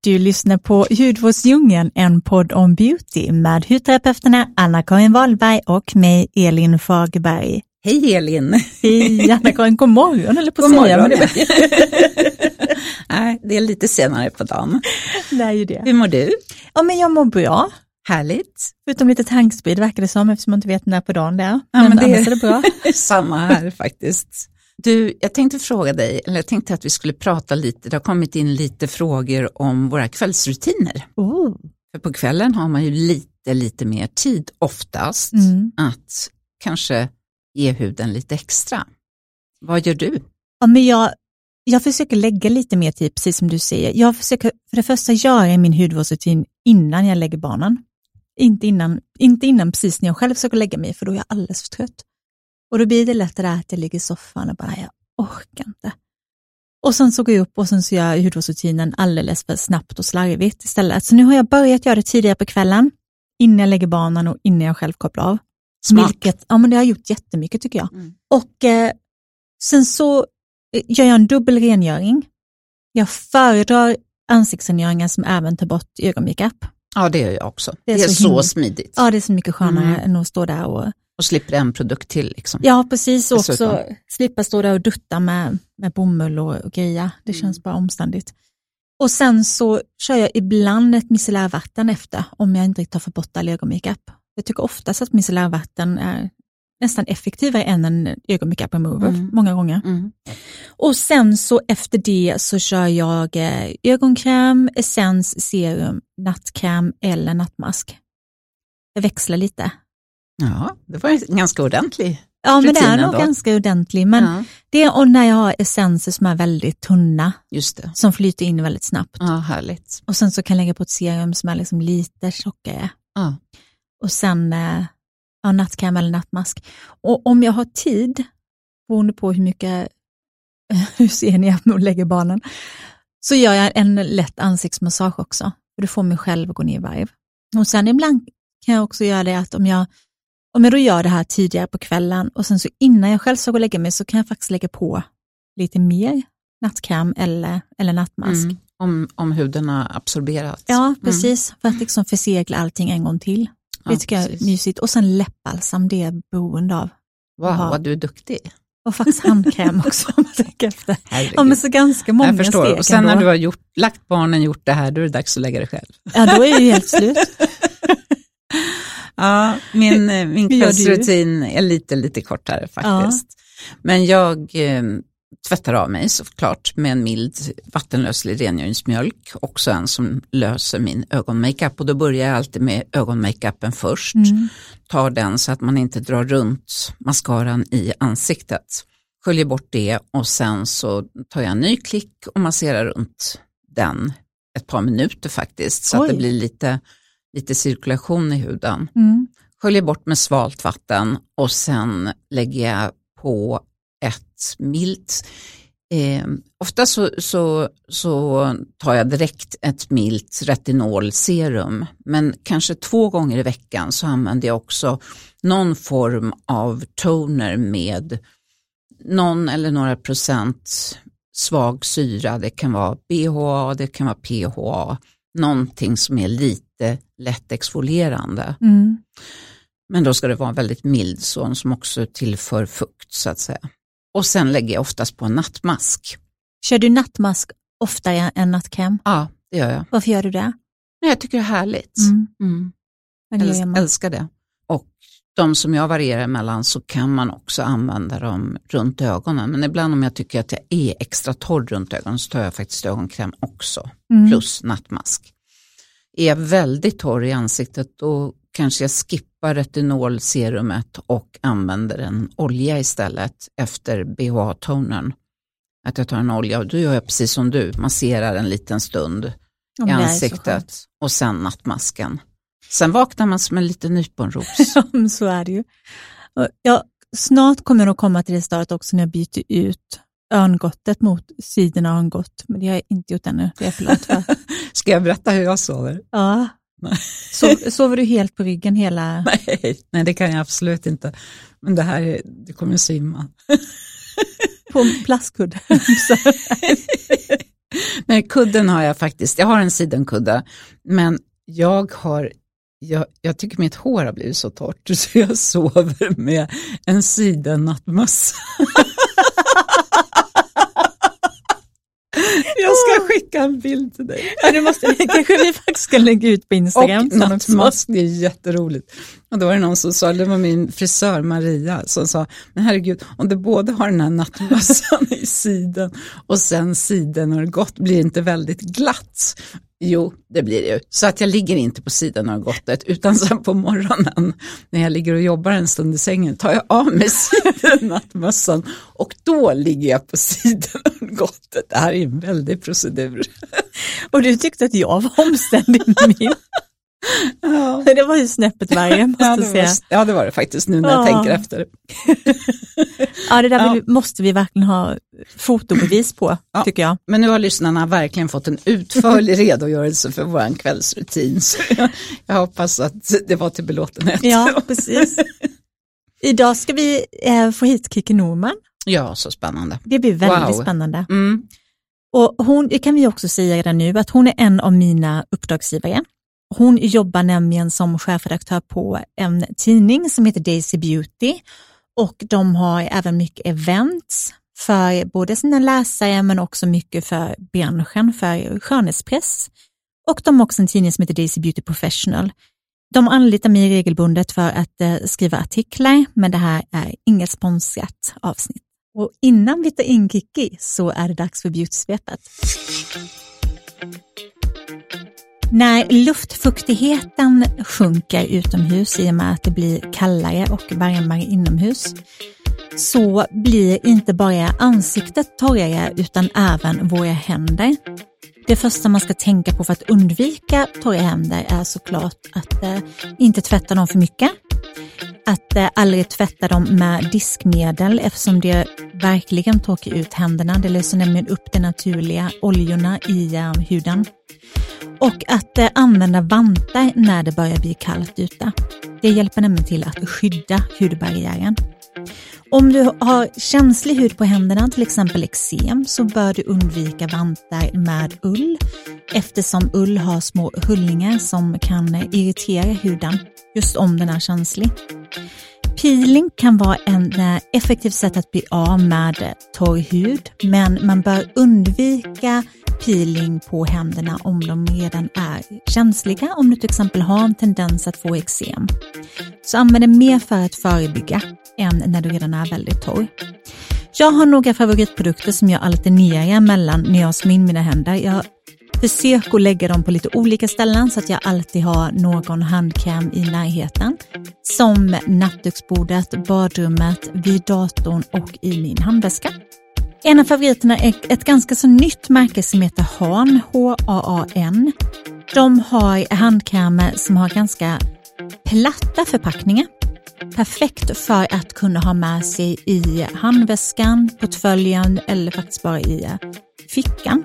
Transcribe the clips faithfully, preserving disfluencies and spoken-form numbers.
Du lyssnar på Hudvårdsdjungeln, en podd om beauty med hudterapeuterna Anna-Karin Wahlberg och mig, Elin Fagerberg. Hej Elin! Hej Anna-Karin, god morgon eller på god säga morgon. Det. Nej, det är lite senare på dagen. Det är ju det. Hur mår du? Ja, men jag mår bra. Härligt. Förutom lite tanksprid verkar det som, eftersom man inte vet när på dagen det är. Ja, men, men det är det bra. Samma här faktiskt. Du, jag tänkte fråga dig, eller jag tänkte att vi skulle prata lite, det har kommit in lite frågor om våra kvällsrutiner. Oh. För på kvällen har man ju lite, lite mer tid oftast mm. att kanske ge huden lite extra. Vad gör du? Ja, men jag, jag försöker lägga lite mer tid, precis som du säger. Jag försöker för det första göra min hudvårdsrutin innan jag lägger barnen. Inte innan, inte innan precis när jag själv försöker lägga mig, för då är jag alldeles för trött. Och då blir det lättare att jag ligger i soffan och bara, jag orkar inte. Och sen så går jag upp och sen så gör jag hudvårdsrutinen alldeles för snabbt och slarvigt istället. Så nu har jag börjat göra det tidigare på kvällen, innan jag lägger barnen och innan jag själv kopplar av. Smart. Vilket, ja, men det har gjort jättemycket tycker jag. Mm. Och eh, sen så gör jag en dubbel rengöring. Jag föredrar ansiktsrengöringar som även tar bort ögonmakeup. Ja, det gör jag också. Det är, det är så, så, så smidigt. Ja, det är så mycket skönare Mm. än att stå där och... Och slipper en produkt till liksom. Ja, precis. Och också Dessutom. slippa stå där och dutta med, med bomull och, och greja. Det Mm. känns bara omständigt. Och sen så kör jag ibland ett micellärvatten efter, om jag inte tar för bort all ögonmakeup. Jag tycker oftast att micellärvatten är nästan effektivare än en ögonmakeup remover, Mm. många gånger. Mm. Och sen så efter det så kör jag eh, ögonkräm, essens, serum, nattkräm eller nattmask. Jag växlar lite. Ja, det var en ganska ordentlig Ja, men det är rutin nog ändå. ganska ordentlig. Men Ja, det är och när jag har essenser som är väldigt tunna, just det. som flyter in väldigt snabbt. Ja, härligt. Och sen så kan jag lägga på ett serum som är liksom lite tjockare. Ja. Och sen eh, ja, nattkräm eller nattmask. Och om jag har tid, beroende på hur mycket hur ser ni att man lägger barnen, så gör jag en lätt ansiktsmassage också. För det får mig själv att gå ner i varv. Och sen ibland kan jag också göra det att om jag Om jag då gör det här tidigare på kvällen och sen så innan jag själv ska gå och lägga mig så kan jag faktiskt lägga på lite mer nattkräm eller, eller nattmask. Mm. Om, om huden har absorberat. Ja, precis. Mm. För att liksom försegla allting en gång till. Det Ja, tycker jag är precis. mysigt. Och sen läppbalsam, det är beroende av. Wow, Aha. vad du är duktig. Och faktiskt handkräm också om man tänker efter. Herregud. Ja, men så ganska många Jag förstår. steg Och sen ändå. när du har gjort, lagt barnen, gjort det här, då är det dags att lägga det själv. Ja, då är det ju helt slut. Ja, min, min Hur gör kvällsrutin är lite, lite kortare faktiskt. Ja. Men jag eh, tvättar av mig såklart med en mild vattenlöslig rengöringsmjölk. Också en som löser min ögonmakeup. Och då börjar jag alltid med ögonmakeupen först. Mm. Tar den så att man inte drar runt mascaran i ansiktet. Sköljer bort det och sen så tar jag en ny klick och masserar runt den ett par minuter faktiskt. Så Oj. att det blir lite... lite cirkulation i huden. Mm. Sköljer bort med svalt vatten och sen lägger jag på ett milt. Eh, ofta så, så, så tar jag direkt ett milt retinolserum, men kanske två gånger i veckan så använder jag också någon form av toner med någon eller några procent svag syra. Det kan vara B H A, det kan vara P H A. Någonting som är lite lätt exfolierande. Mm. Men då ska det vara väldigt mild sån som också tillför fukt så att säga. Och sen lägger jag oftast på en nattmask. Kör du nattmask oftare än nattkräm? Ja, det gör jag. Varför gör du det? Nej, jag tycker det är härligt. Mm. Mm. Men det gör Äls- man. älskar det. Och de som jag varierar mellan så kan man också använda dem runt ögonen. Men ibland om jag tycker att jag är extra torr runt ögonen så tar jag faktiskt ögonkräm också. Mm. Plus nattmask. Är jag väldigt torr i ansiktet då kanske jag skippar retinolserumet och använder en olja istället efter B H A-tonern. Att jag tar en olja och då gör jag precis som du, masserar en liten stund Ja, i men det är så ansiktet skönt. och sen nattmasken. Sen vaknar man som en liten nyponros. Ja, men så är det ju. Och jag, snart kommer jag nog komma till det stadiet också när jag byter ut örngottet mot sidorna av örngott. Men det har jag inte gjort ännu. Det är förlåt för. Ska jag berätta hur jag sover? Ja. Så, sover du helt på ryggen hela... Nej, nej, det kan jag absolut inte. Men det här är, det kommer att svimma. På en plastkudde. Nej, kudden har jag faktiskt. Jag har en sidenkudde, men jag har jag, jag tycker mitt hår har blivit så torrt så jag sover med en sidennattmössa. Jag ska skicka en bild till dig. Ja, det måste vi, kanske vi faktiskt ska lägga ut på Instagram. Och nattmask, det är jätteroligt. Och då var det någon som sa, det var min frisör Maria som sa, men herregud, om du både har den här nattmössan i siden och sen siden och gott, blir inte väldigt glatt. Jo, det blir det ju. Så att jag ligger inte på sidan av gottet, utan sen på morgonen när jag ligger och jobbar en stund i sängen tar jag av mig sidan nattmössan och då ligger jag på sidan av gottet. Det här är en väldig procedur. Och du tyckte att jag var omständig med min. Ja. Det var ju snäppet värre, måste ja, det säga. Var, ja, det var det faktiskt nu när ja. jag tänker efter. Ja, det där ja. vi, måste vi verkligen ha fotobevis på, ja. tycker jag. Men nu har lyssnarna verkligen fått en utförlig redogörelse för vår kvällsrutin. Så jag, jag hoppas att det var till belåtenhet. Ja, precis. Idag ska vi eh, få hit Kiki Norman. Ja, så spännande. Det blir väldigt wow. spännande. Mm. Och hon, det kan vi också säga redan nu, att hon är en av mina uppdragsgivare. Hon jobbar nämligen som chefredaktör på en tidning som heter Daisy Beauty, och de har även mycket events för både sina läsare men också mycket för branschen, för skönhetspress. Och de har också en tidning som heter Daisy Beauty Professional. De anlitar mig regelbundet för att eh, skriva artiklar, men det här är inget sponsrat avsnitt. Och innan vi tar in Kiki så är det dags för beautysvepet. När luftfuktigheten sjunker utomhus i och med att det blir kallare och varmare inomhus, så blir inte bara ansiktet torrare utan även våra händer. Det första man ska tänka på för att undvika torra händer är såklart att eh, inte tvätta dem för mycket. Att eh, aldrig tvätta dem med diskmedel, eftersom det verkligen torkar ut händerna. Det löser nämligen upp de naturliga oljorna i eh, huden. Och att eh, använda vantar när det börjar bli kallt ute. Det hjälper nämligen till att skydda hudbarriären. Om du har känslig hud på händerna, till exempel eksem, så bör du undvika vantar med ull, eftersom ull har små hullningar som kan irritera huden just om den är känslig. Peeling kan vara en effektivt sätt att bli av med torr hud, men man bör undvika peeling på händerna om de redan är känsliga, om du till exempel har en tendens att få eksem. Så använd det mer för att förebygga än när du redan är väldigt torr. Jag har några favoritprodukter som jag alternerar mellan när jag smyr mina händer. Jag försöker att lägga dem på lite olika ställen så att jag alltid har någon handkräm i närheten. Som nattduksbordet, badrummet, vid datorn och i min handväska. En av favoriterna är ett ganska så nytt märke som heter Han, H A A N. De har handkrämer som har ganska platta förpackningar. Perfekt för att kunna ha med sig i handväskan, portföljen eller faktiskt bara i fickan.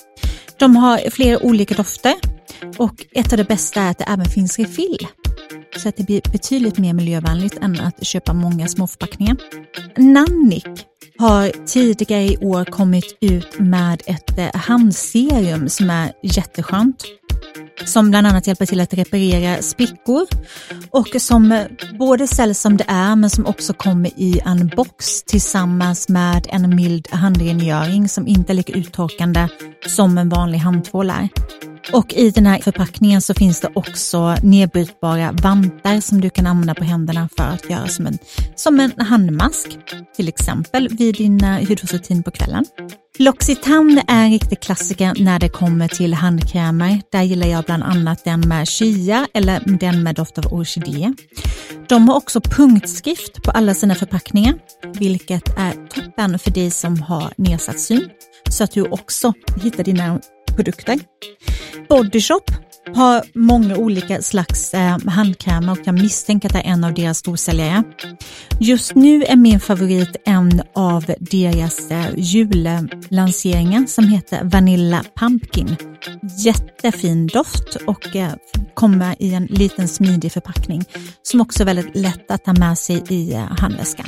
De har flera olika dofter, och ett av det bästa är att det även finns refill. Så att det blir betydligt mer miljövänligt än att köpa många små förpackningar. Nannic har tidigare i år kommit ut med ett handserum som är jätteskönt. Som bland annat hjälper till att reparera sprickor, och som både säljs som det är men som också kommer i en box tillsammans med en mild handrengöring som inte är lika uttorkande som en vanlig handtvål är. Och i den här förpackningen så finns det också nedbrytbara vantar som du kan använda på händerna för att göra som en, som en handmask, till exempel vid din hudvårdsrutin på kvällen. L'Occitane är en riktig klassiker när det kommer till handkrämer. Där gillar jag bland annat den med chia eller den med doft av orkidé. De har också punktskrift på alla sina förpackningar, vilket är toppen för dig som har nedsatt syn, så att du också hittar dina produkter. Body Shop har många olika slags eh, handkrämer, och jag misstänker att det är en av deras storsäljare. Just nu är min favorit en av deras eh, jullanseringar som heter Vanilla Pumpkin. Jättefin doft och eh, kommer i en liten smidig förpackning som också är väldigt lätt att ta med sig i eh, handväskan.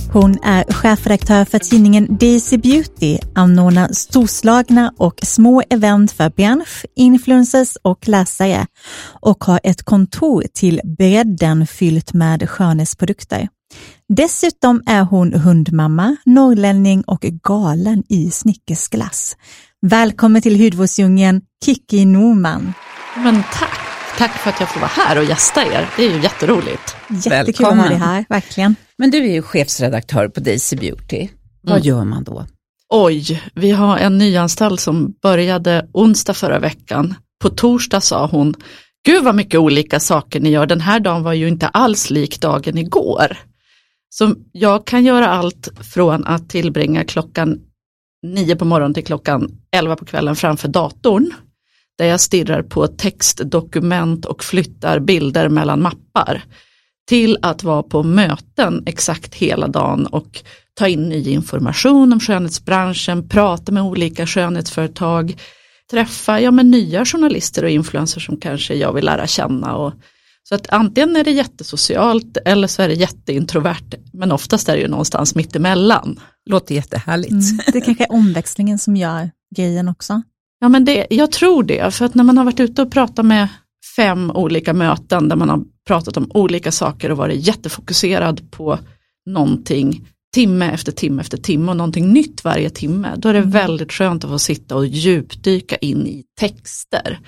Hon är chefredaktör för tidningen Daisy Beauty, anordnar storslagna och små event för bransch, influencers och läsare och har ett kontor till bredden fyllt med skönhetsprodukter. Dessutom är hon hundmamma, norrlänning och galen i snickersglass. Välkommen till hudvårdsdjungeln, Kiki Norman. Men tack. Tack för att jag får vara här och gästa er. Det är ju jätteroligt. Jättekul att ha dig här, verkligen. Men du är ju chefsredaktör på Daisy Beauty. Vad mm. gör man då? Oj, vi har en nyanställd som började onsdag förra veckan. På torsdag sa hon, gud vad mycket olika saker ni gör. Den här dagen var ju inte alls lik dagen igår. Så jag kan göra allt från att tillbringa klockan nio på morgonen till klockan elva på kvällen framför datorn. Där jag stirrar på textdokument och flyttar bilder mellan mappar. Till att vara på möten exakt hela dagen och ta in ny information om skönhetsbranschen, prata med olika skönhetsföretag, träffa ja, men nya journalister och influencers som kanske jag vill lära känna. Och, så att antingen är det jättesocialt eller så är det jätteintrovert, men oftast är det ju någonstans mitt emellan. Låter jättehärligt. Mm, det kanske är omväxlingen som gör grejen också. Ja, men det, jag tror det, för att när man har varit ute och pratat med fem olika möten där man har pratat om olika saker och varit jättefokuserad på någonting timme efter timme efter timme och någonting nytt varje timme, då är det väldigt skönt att få sitta och djupdyka in i texter.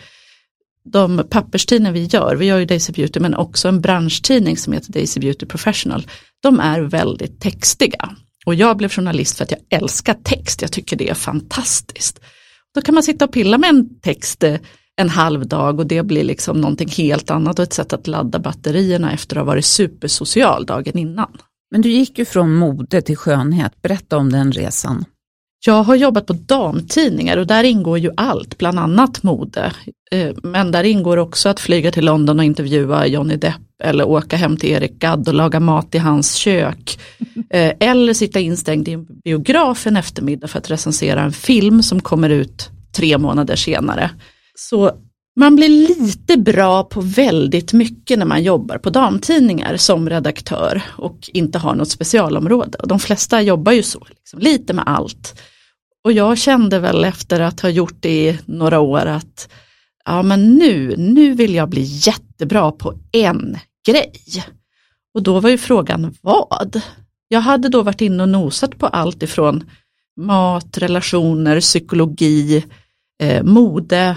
De papperstidningar vi gör, vi gör ju Daisy Beauty men också en branschtidning som heter Daisy Beauty Professional, de är väldigt textiga. Och jag blev journalist för att jag älskar text, jag tycker det är fantastiskt. Då kan man sitta och pilla med en text en halv dag och det blir liksom någonting helt annat och ett sätt att ladda batterierna efter att ha varit supersocial dagen innan. Men du gick ju från mode till skönhet. Berätta om den resan. Jag har jobbat på damtidningar och där ingår ju allt, bland annat mode. Men där ingår också att flyga till London och intervjua Johnny Depp eller åka hem till Erik Gadd och laga mat i hans kök. Eller sitta instängd i en biograf en eftermiddag för att recensera en film som kommer ut tre månader senare. Så man blir lite bra på väldigt mycket när man jobbar på damtidningar som redaktör och inte har något specialområde. Och de flesta jobbar ju så, liksom, lite med allt. Och jag kände väl efter att ha gjort det i några år att ja, men nu, nu vill jag bli jättebra på en grej. Och då var ju frågan vad? Jag hade då varit inne och nosat på allt ifrån mat, relationer, psykologi, eh, mode,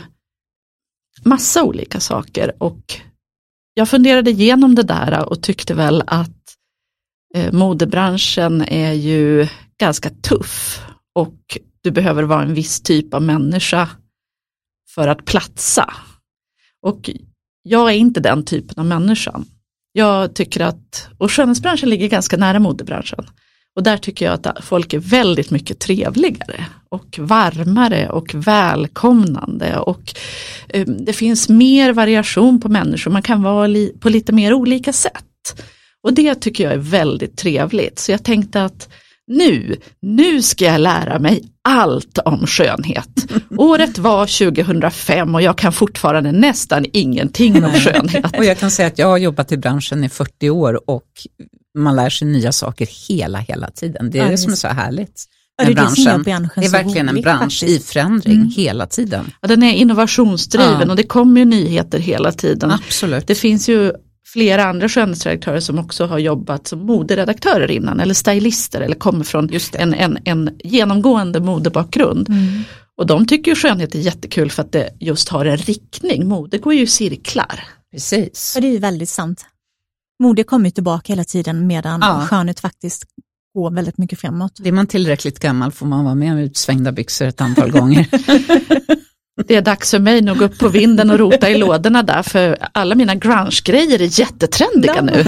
massa olika saker. Och jag funderade igenom det där och tyckte väl att eh, modebranschen är ju ganska tuff och du behöver vara en viss typ av människa för att platsa. Och jag är inte den typen av människan. Jag tycker att, och skönhetsbranschen ligger ganska nära modebranschen. Och där tycker jag att folk är väldigt mycket trevligare och varmare och välkomnande. Och eh, det finns mer variation på människor. Man kan vara li- på lite mer olika sätt. Och det tycker jag är väldigt trevligt. Så jag tänkte att nu, nu ska jag lära mig allt om skönhet. Året var tjugohundrafem och jag kan fortfarande nästan ingenting om skönhet. Och jag kan säga att jag har jobbat i branschen i fyrtio år och man lär sig nya saker hela, hela tiden. Det är ja, det som är så härligt. Ja, det, är branschen. Det, branschen det är verkligen en bransch faktiskt. I förändring mm. hela tiden. Ja, den är innovationsdriven ja. Och det kommer ju nyheter hela tiden. Absolut. Det finns ju flera andra skönhetsredaktörer som också har jobbat som moderedaktörer innan eller stylister eller kommer från en, en, en genomgående modebakgrund. Mm. Och de tycker ju skönhet är jättekul för att det just har en riktning. Mode går ju i cirklar. Precis. Ja, det är ju väldigt sant. Mode kommer ju tillbaka hela tiden medan ja. skönhet faktiskt går väldigt mycket framåt. Är man tillräckligt gammal får man vara med med utsvängda byxor ett antal gånger. Det är dags för mig att gå upp på vinden och rota i lådorna där för alla mina grunge-grejer är jättetrendiga nu.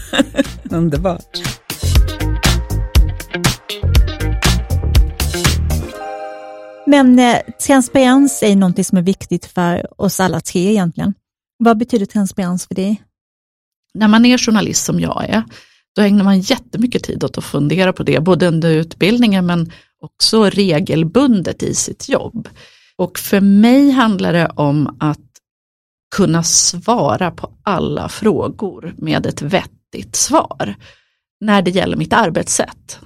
Underbart. Men eh, transparens är något som är viktigt för oss alla tre egentligen. Vad betyder transparens för dig? När man är journalist som jag är, då ägnar man jättemycket tid åt att fundera på det, både under utbildningen men också regelbundet i sitt jobb. Och för mig handlar det om att kunna svara på alla frågor med ett vettigt svar. när det gäller mitt arbetssätt.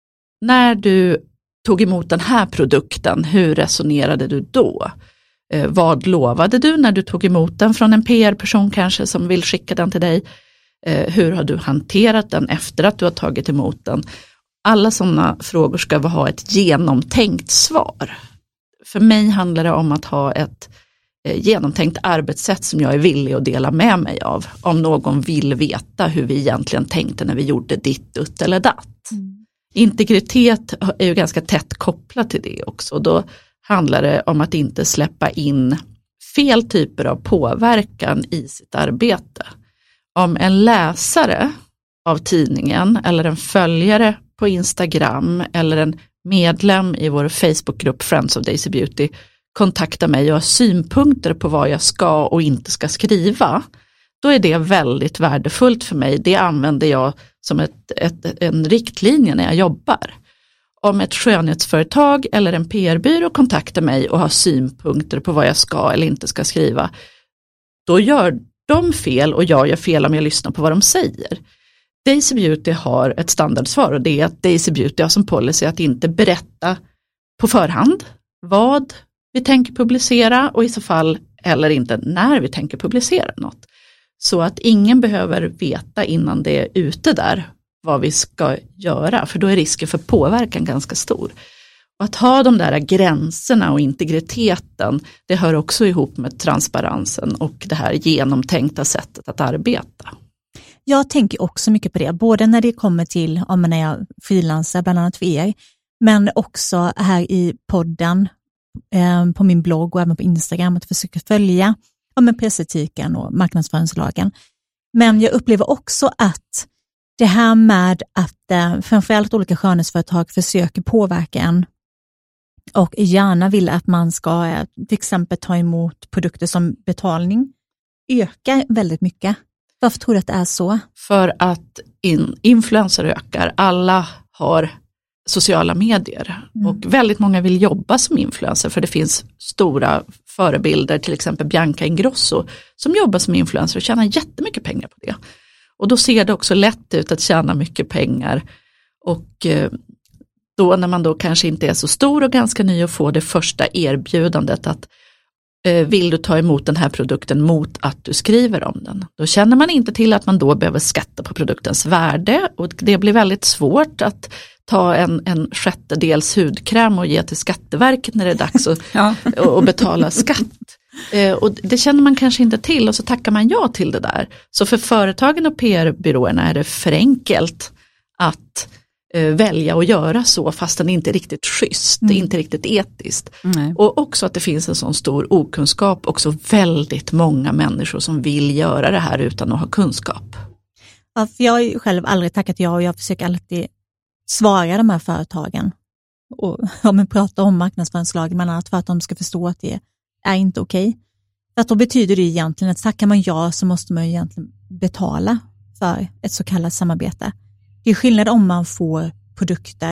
När du tog emot den här produkten, hur resonerade du då? Eh, vad lovade du när du tog emot den från en P R-person kanske som vill skicka den till dig? Eh, hur har du hanterat den efter att du har tagit emot den? Alla sådana frågor ska ha ett genomtänkt svar. För mig handlar det om att ha ett eh, genomtänkt arbetssätt som jag är villig att dela med mig av. Om någon vill veta hur vi egentligen tänkte när vi gjorde ditt, dutt eller datt. Mm. Integritet är ju ganska tätt kopplat till det också. Då handlar det om att inte släppa in fel typer av påverkan i sitt arbete. Om en läsare av tidningen eller en följare på Instagram eller en medlem i vår Facebookgrupp Friends of Daisy Beauty kontaktar mig och har synpunkter på vad jag ska och inte ska skriva, då är det väldigt värdefullt för mig. Det använder jag som ett, ett, en riktlinje när jag jobbar. Om ett skönhetsföretag eller en P R-byrå kontaktar mig och har synpunkter på vad jag ska eller inte ska skriva, då gör de fel och jag gör fel om jag lyssnar på vad de säger. Daisy Beauty har ett standardsvar och det är att Daisy Beauty har som policy att inte berätta på förhand vad vi tänker publicera och i så fall eller inte när vi tänker publicera något. Så att ingen behöver veta innan det är ute där vad vi ska göra, för då är risken för påverkan ganska stor. Och att ha de där gränserna och integriteten, det hör också ihop med transparensen och det här genomtänkta sättet att arbeta. Jag tänker också mycket på det, både när det kommer till om när jag frilansar bland annat för er, men också här i podden, eh, på min blogg och även på Instagram, att försöka följa om pressetiken och marknadsföringslagen. Men jag upplever också att det här med att eh, framförallt olika skönhetsföretag försöker påverka en och gärna vill att man ska eh, till exempel ta emot produkter som betalning ökar väldigt mycket. Varför tror du att det är så? För att in, influenser ökar. Alla har sociala medier. Mm. Och väldigt många vill jobba som influencer. För det finns stora förebilder. Till exempel Bianca Ingrosso. Som jobbar som influencer och tjänar jättemycket pengar på det. Och då ser det också lätt ut att tjäna mycket pengar. Och eh, då när man då kanske inte är så stor och ganska ny och får det första erbjudandet att vill du ta emot den här produkten mot att du skriver om den. Då känner man inte till att man då behöver skatta på produktens värde och det blir väldigt svårt att ta en, en sjättedels hudkräm och ge till Skatteverket när det är dags att ja. och betala skatt. Eh, och det känner man kanske inte till och så tackar man ja till det där. Så för företagen och P R-byråerna är det för enkelt att välja att göra så fast den inte är riktigt schysst, mm. det är inte riktigt etiskt. Mm. Och också att det finns en sån stor okunskap, också väldigt många människor som vill göra det här utan att ha kunskap. Ja, för jag har ju själv aldrig tackat ja och jag försöker alltid svara de här företagen och ja, men prata om marknadsföringslagen bland annat för att de ska förstå att det är inte okej. För att då betyder det egentligen att tackar man ja så måste man ju egentligen betala för ett så kallat samarbete. Det är skillnad om man får produkter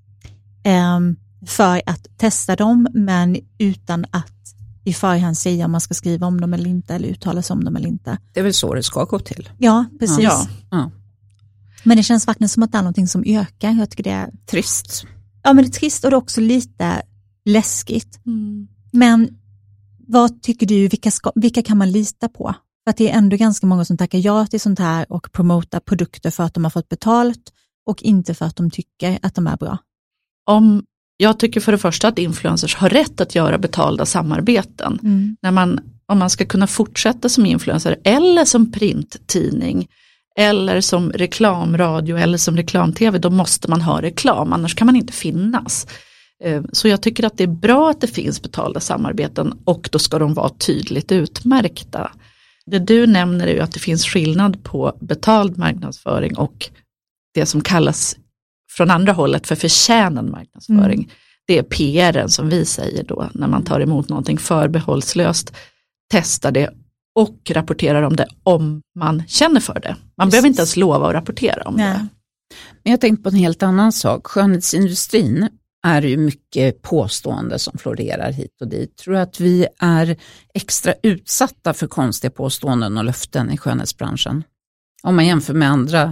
eh, för att testa dem men utan att i förhand säga om man ska skriva om dem eller inte eller uttala sig om dem eller inte. Det är väl så det ska gå till. Ja, precis. Ja. Ja. Men det känns faktiskt som att det är någonting som ökar. Jag tycker det är trist. Ja, men det är trist och det är också lite läskigt. Mm. Men vad tycker du, vilka, ska, vilka kan man lita på? För att det är ändå ganska många som tackar ja till sånt här och promotar produkter för att de har fått betalt och inte för att de tycker att de är bra. Om jag tycker för det första att influencers har rätt att göra betalda samarbeten. Mm. När man, om man ska kunna fortsätta som influencer eller som printtidning eller som reklamradio eller som reklam-tv, då måste man ha reklam, annars kan man inte finnas. Så jag tycker att det är bra att det finns betalda samarbeten och då ska de vara tydligt utmärkta. Det du nämner är ju att det finns skillnad på betald marknadsföring och det som kallas från andra hållet för förtjänad marknadsföring. Mm. Det är P R:en som vi säger då när man tar emot någonting förbehållslöst, testar det och rapporterar om det om man känner för det. Man Precis. behöver inte ens lova att rapportera om Nej. det. Men jag tänkte på en helt annan sak. Skönhetsindustrin är ju mycket påstående som florerar hit och dit. Tror du att vi är extra utsatta för konstiga påståenden och löften i skönhetsbranschen? Om man jämför med andra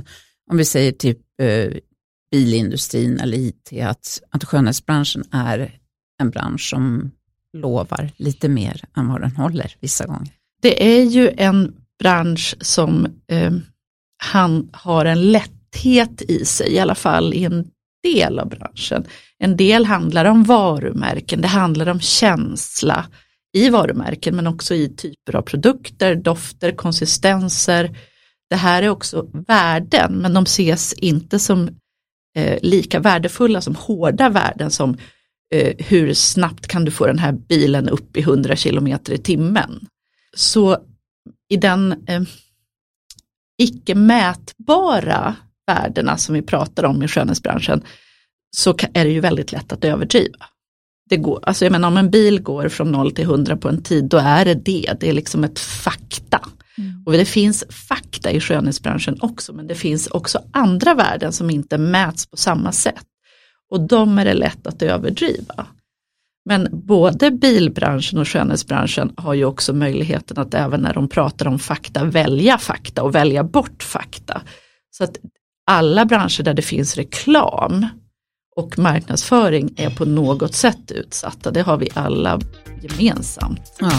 om vi säger typ eh, bilindustrin eller I T, att, att skönhetsbranschen är en bransch som lovar lite mer än vad den håller vissa gånger. Det är ju en bransch som eh, han har en lätthet i sig, i alla fall i en del av branschen. En del handlar om varumärken, det handlar om känsla i varumärken, men också i typer av produkter, dofter, konsistenser. Det här är också värden, men de ses inte som eh, lika värdefulla som hårda värden, som eh, hur snabbt kan du få den här bilen upp i hundra kilometer i timmen. Så i den eh, icke mätbara värdena som vi pratar om i skönhetsbranschen, så är det ju väldigt lätt att överdriva. Det går, alltså jag menar, om en bil går från noll till hundra på en tid, då är det det. Det är liksom ett fakta. Mm. Och det finns fakta i skönhetsbranschen också, men det finns också andra värden som inte mäts på samma sätt. Och de är det lätt att överdriva. Men både bilbranschen och skönhetsbranschen har ju också möjligheten att även när de pratar om fakta välja fakta och välja bort fakta. Så att alla branscher där det finns reklam och marknadsföring är på något sätt utsatta. Det har vi alla gemensamt. Ja.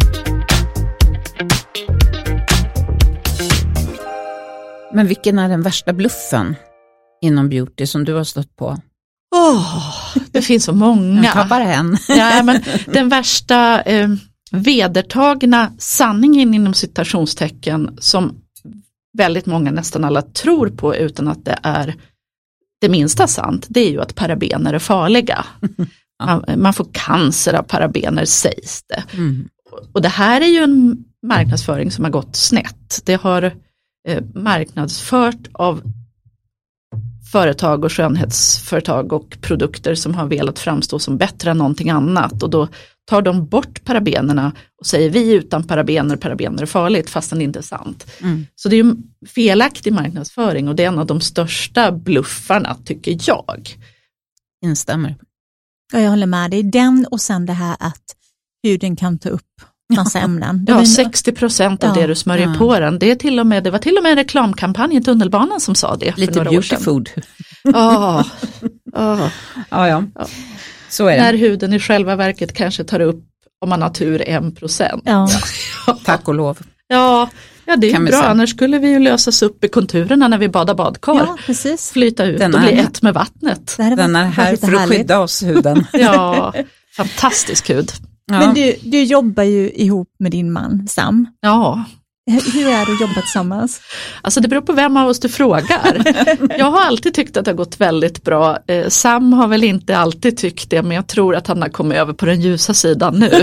Men vilken är den värsta bluffen inom beauty som du har stött på? Oh, det finns så många. Jag tar bara en. Ja, men den värsta eh, vedertagna sanningen inom citationstecken som väldigt många, nästan alla, tror på utan att det är det minsta sant, det är ju att parabener är farliga. Ja. Man, man får cancer av parabener, sägs det. Mm. Och det här är ju en marknadsföring som har gått snett. Det har eh, marknadsfört av företag och skönhetsföretag och produkter som har velat framstå som bättre än någonting annat. Och då tar de bort parabenerna och säger vi utan parabener, parabener är farligt, fastän det inte är sant. Mm. Så det är ju felaktig marknadsföring och det är en av de största bluffarna, tycker jag. Instämmer. Ja, jag håller med dig. Den och sen det här att huden kan ta upp massa ämnen. Ja, sextio procent av ja, det du smörjer ja. på den. Det, är till och med, det var till och med en reklamkampanj i tunnelbanan som sa det. Lite beauty food. Ja. ja. Ja, ja. Så är det. När huden i själva verket kanske tar upp, om man har tur, en procent. Ja. Ja. Tack och lov. Ja, ja det är bra. Annars skulle vi ju lösas upp i konturerna när vi badar badkar. Ja, precis. Flyta ut den och bli är, ett med vattnet. Är den är här för att skydda oss, huden. Ja, fantastisk hud. Ja. Men du, du jobbar ju ihop med din man, Sam. Ja. Hur är det att jobba tillsammans? Alltså det beror på vem av oss du frågar. Jag har alltid tyckt att det har gått väldigt bra. Eh, Sam har väl inte alltid tyckt det, men jag tror att han har kommit över på den ljusa sidan nu.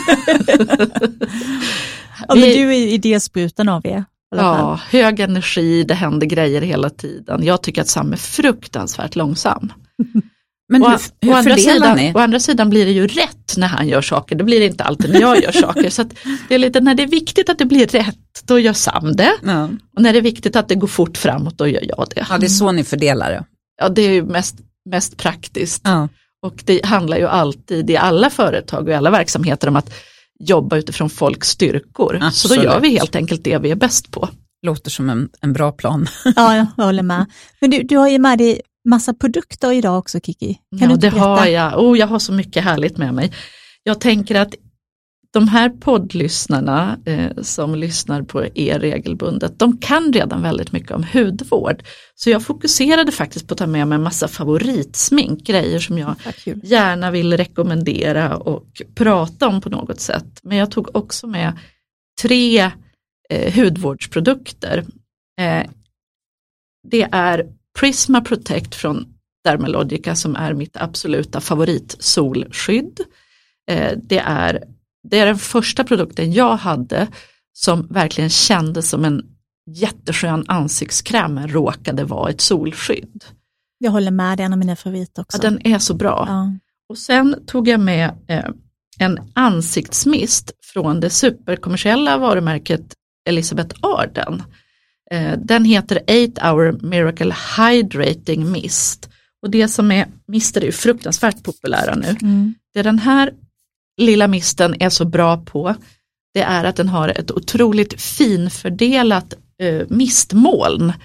Ja, men du är idésprutan av er. Ja, hög energi, det händer grejer hela tiden. Jag tycker att Sam är fruktansvärt långsam. Men hur, hur å, andra sidan, ni? å andra sidan blir det ju rätt när han gör saker. Det blir det inte alltid när jag gör saker. Så att det är lite, när det är viktigt att det blir rätt, då gör Sam det. Ja. Och när det är viktigt att det går fort framåt, då gör jag det. Ja, det är så ni fördelar det. Ja, det är ju mest, mest praktiskt. Ja. Och det handlar ju alltid i alla företag och i alla verksamheter om att jobba utifrån folks styrkor. Absolut. Så då gör vi helt enkelt det vi är bäst på. Låter som en, en bra plan. Ja, jag håller med. Men du, du har ju med dig massa produkter idag också, Kiki. Kan ja, du det har jag. Oh, jag har så mycket härligt med mig. Jag tänker att de här poddlyssnarna eh, som lyssnar på er regelbundet, de kan redan väldigt mycket om hudvård. Så jag fokuserade faktiskt på att ta med mig en massa favoritsmink, grejer som jag gärna vill rekommendera och prata om på något sätt. Men jag tog också med tre eh, hudvårdsprodukter. Eh, det är Prisma Protect från Dermalogica som är mitt absoluta favoritsolskydd. Eh, det är Det är den första produkten jag hade som verkligen kändes som en jätteskön ansiktskräm men råkade vara ett solskydd. Jag håller med, det är en av mina favoriter också. Ja, den är så bra. Ja. Och sen tog jag med eh, en ansiktsmist från det superkommersiella varumärket Elizabeth Arden. Eh, den heter eight hour Miracle Hydrating Mist. Och det som är mister är ju fruktansvärt populära nu. Mm. Det är den här lilla misten är så bra på, det är att den har ett otroligt finfördelat eh, mistmoln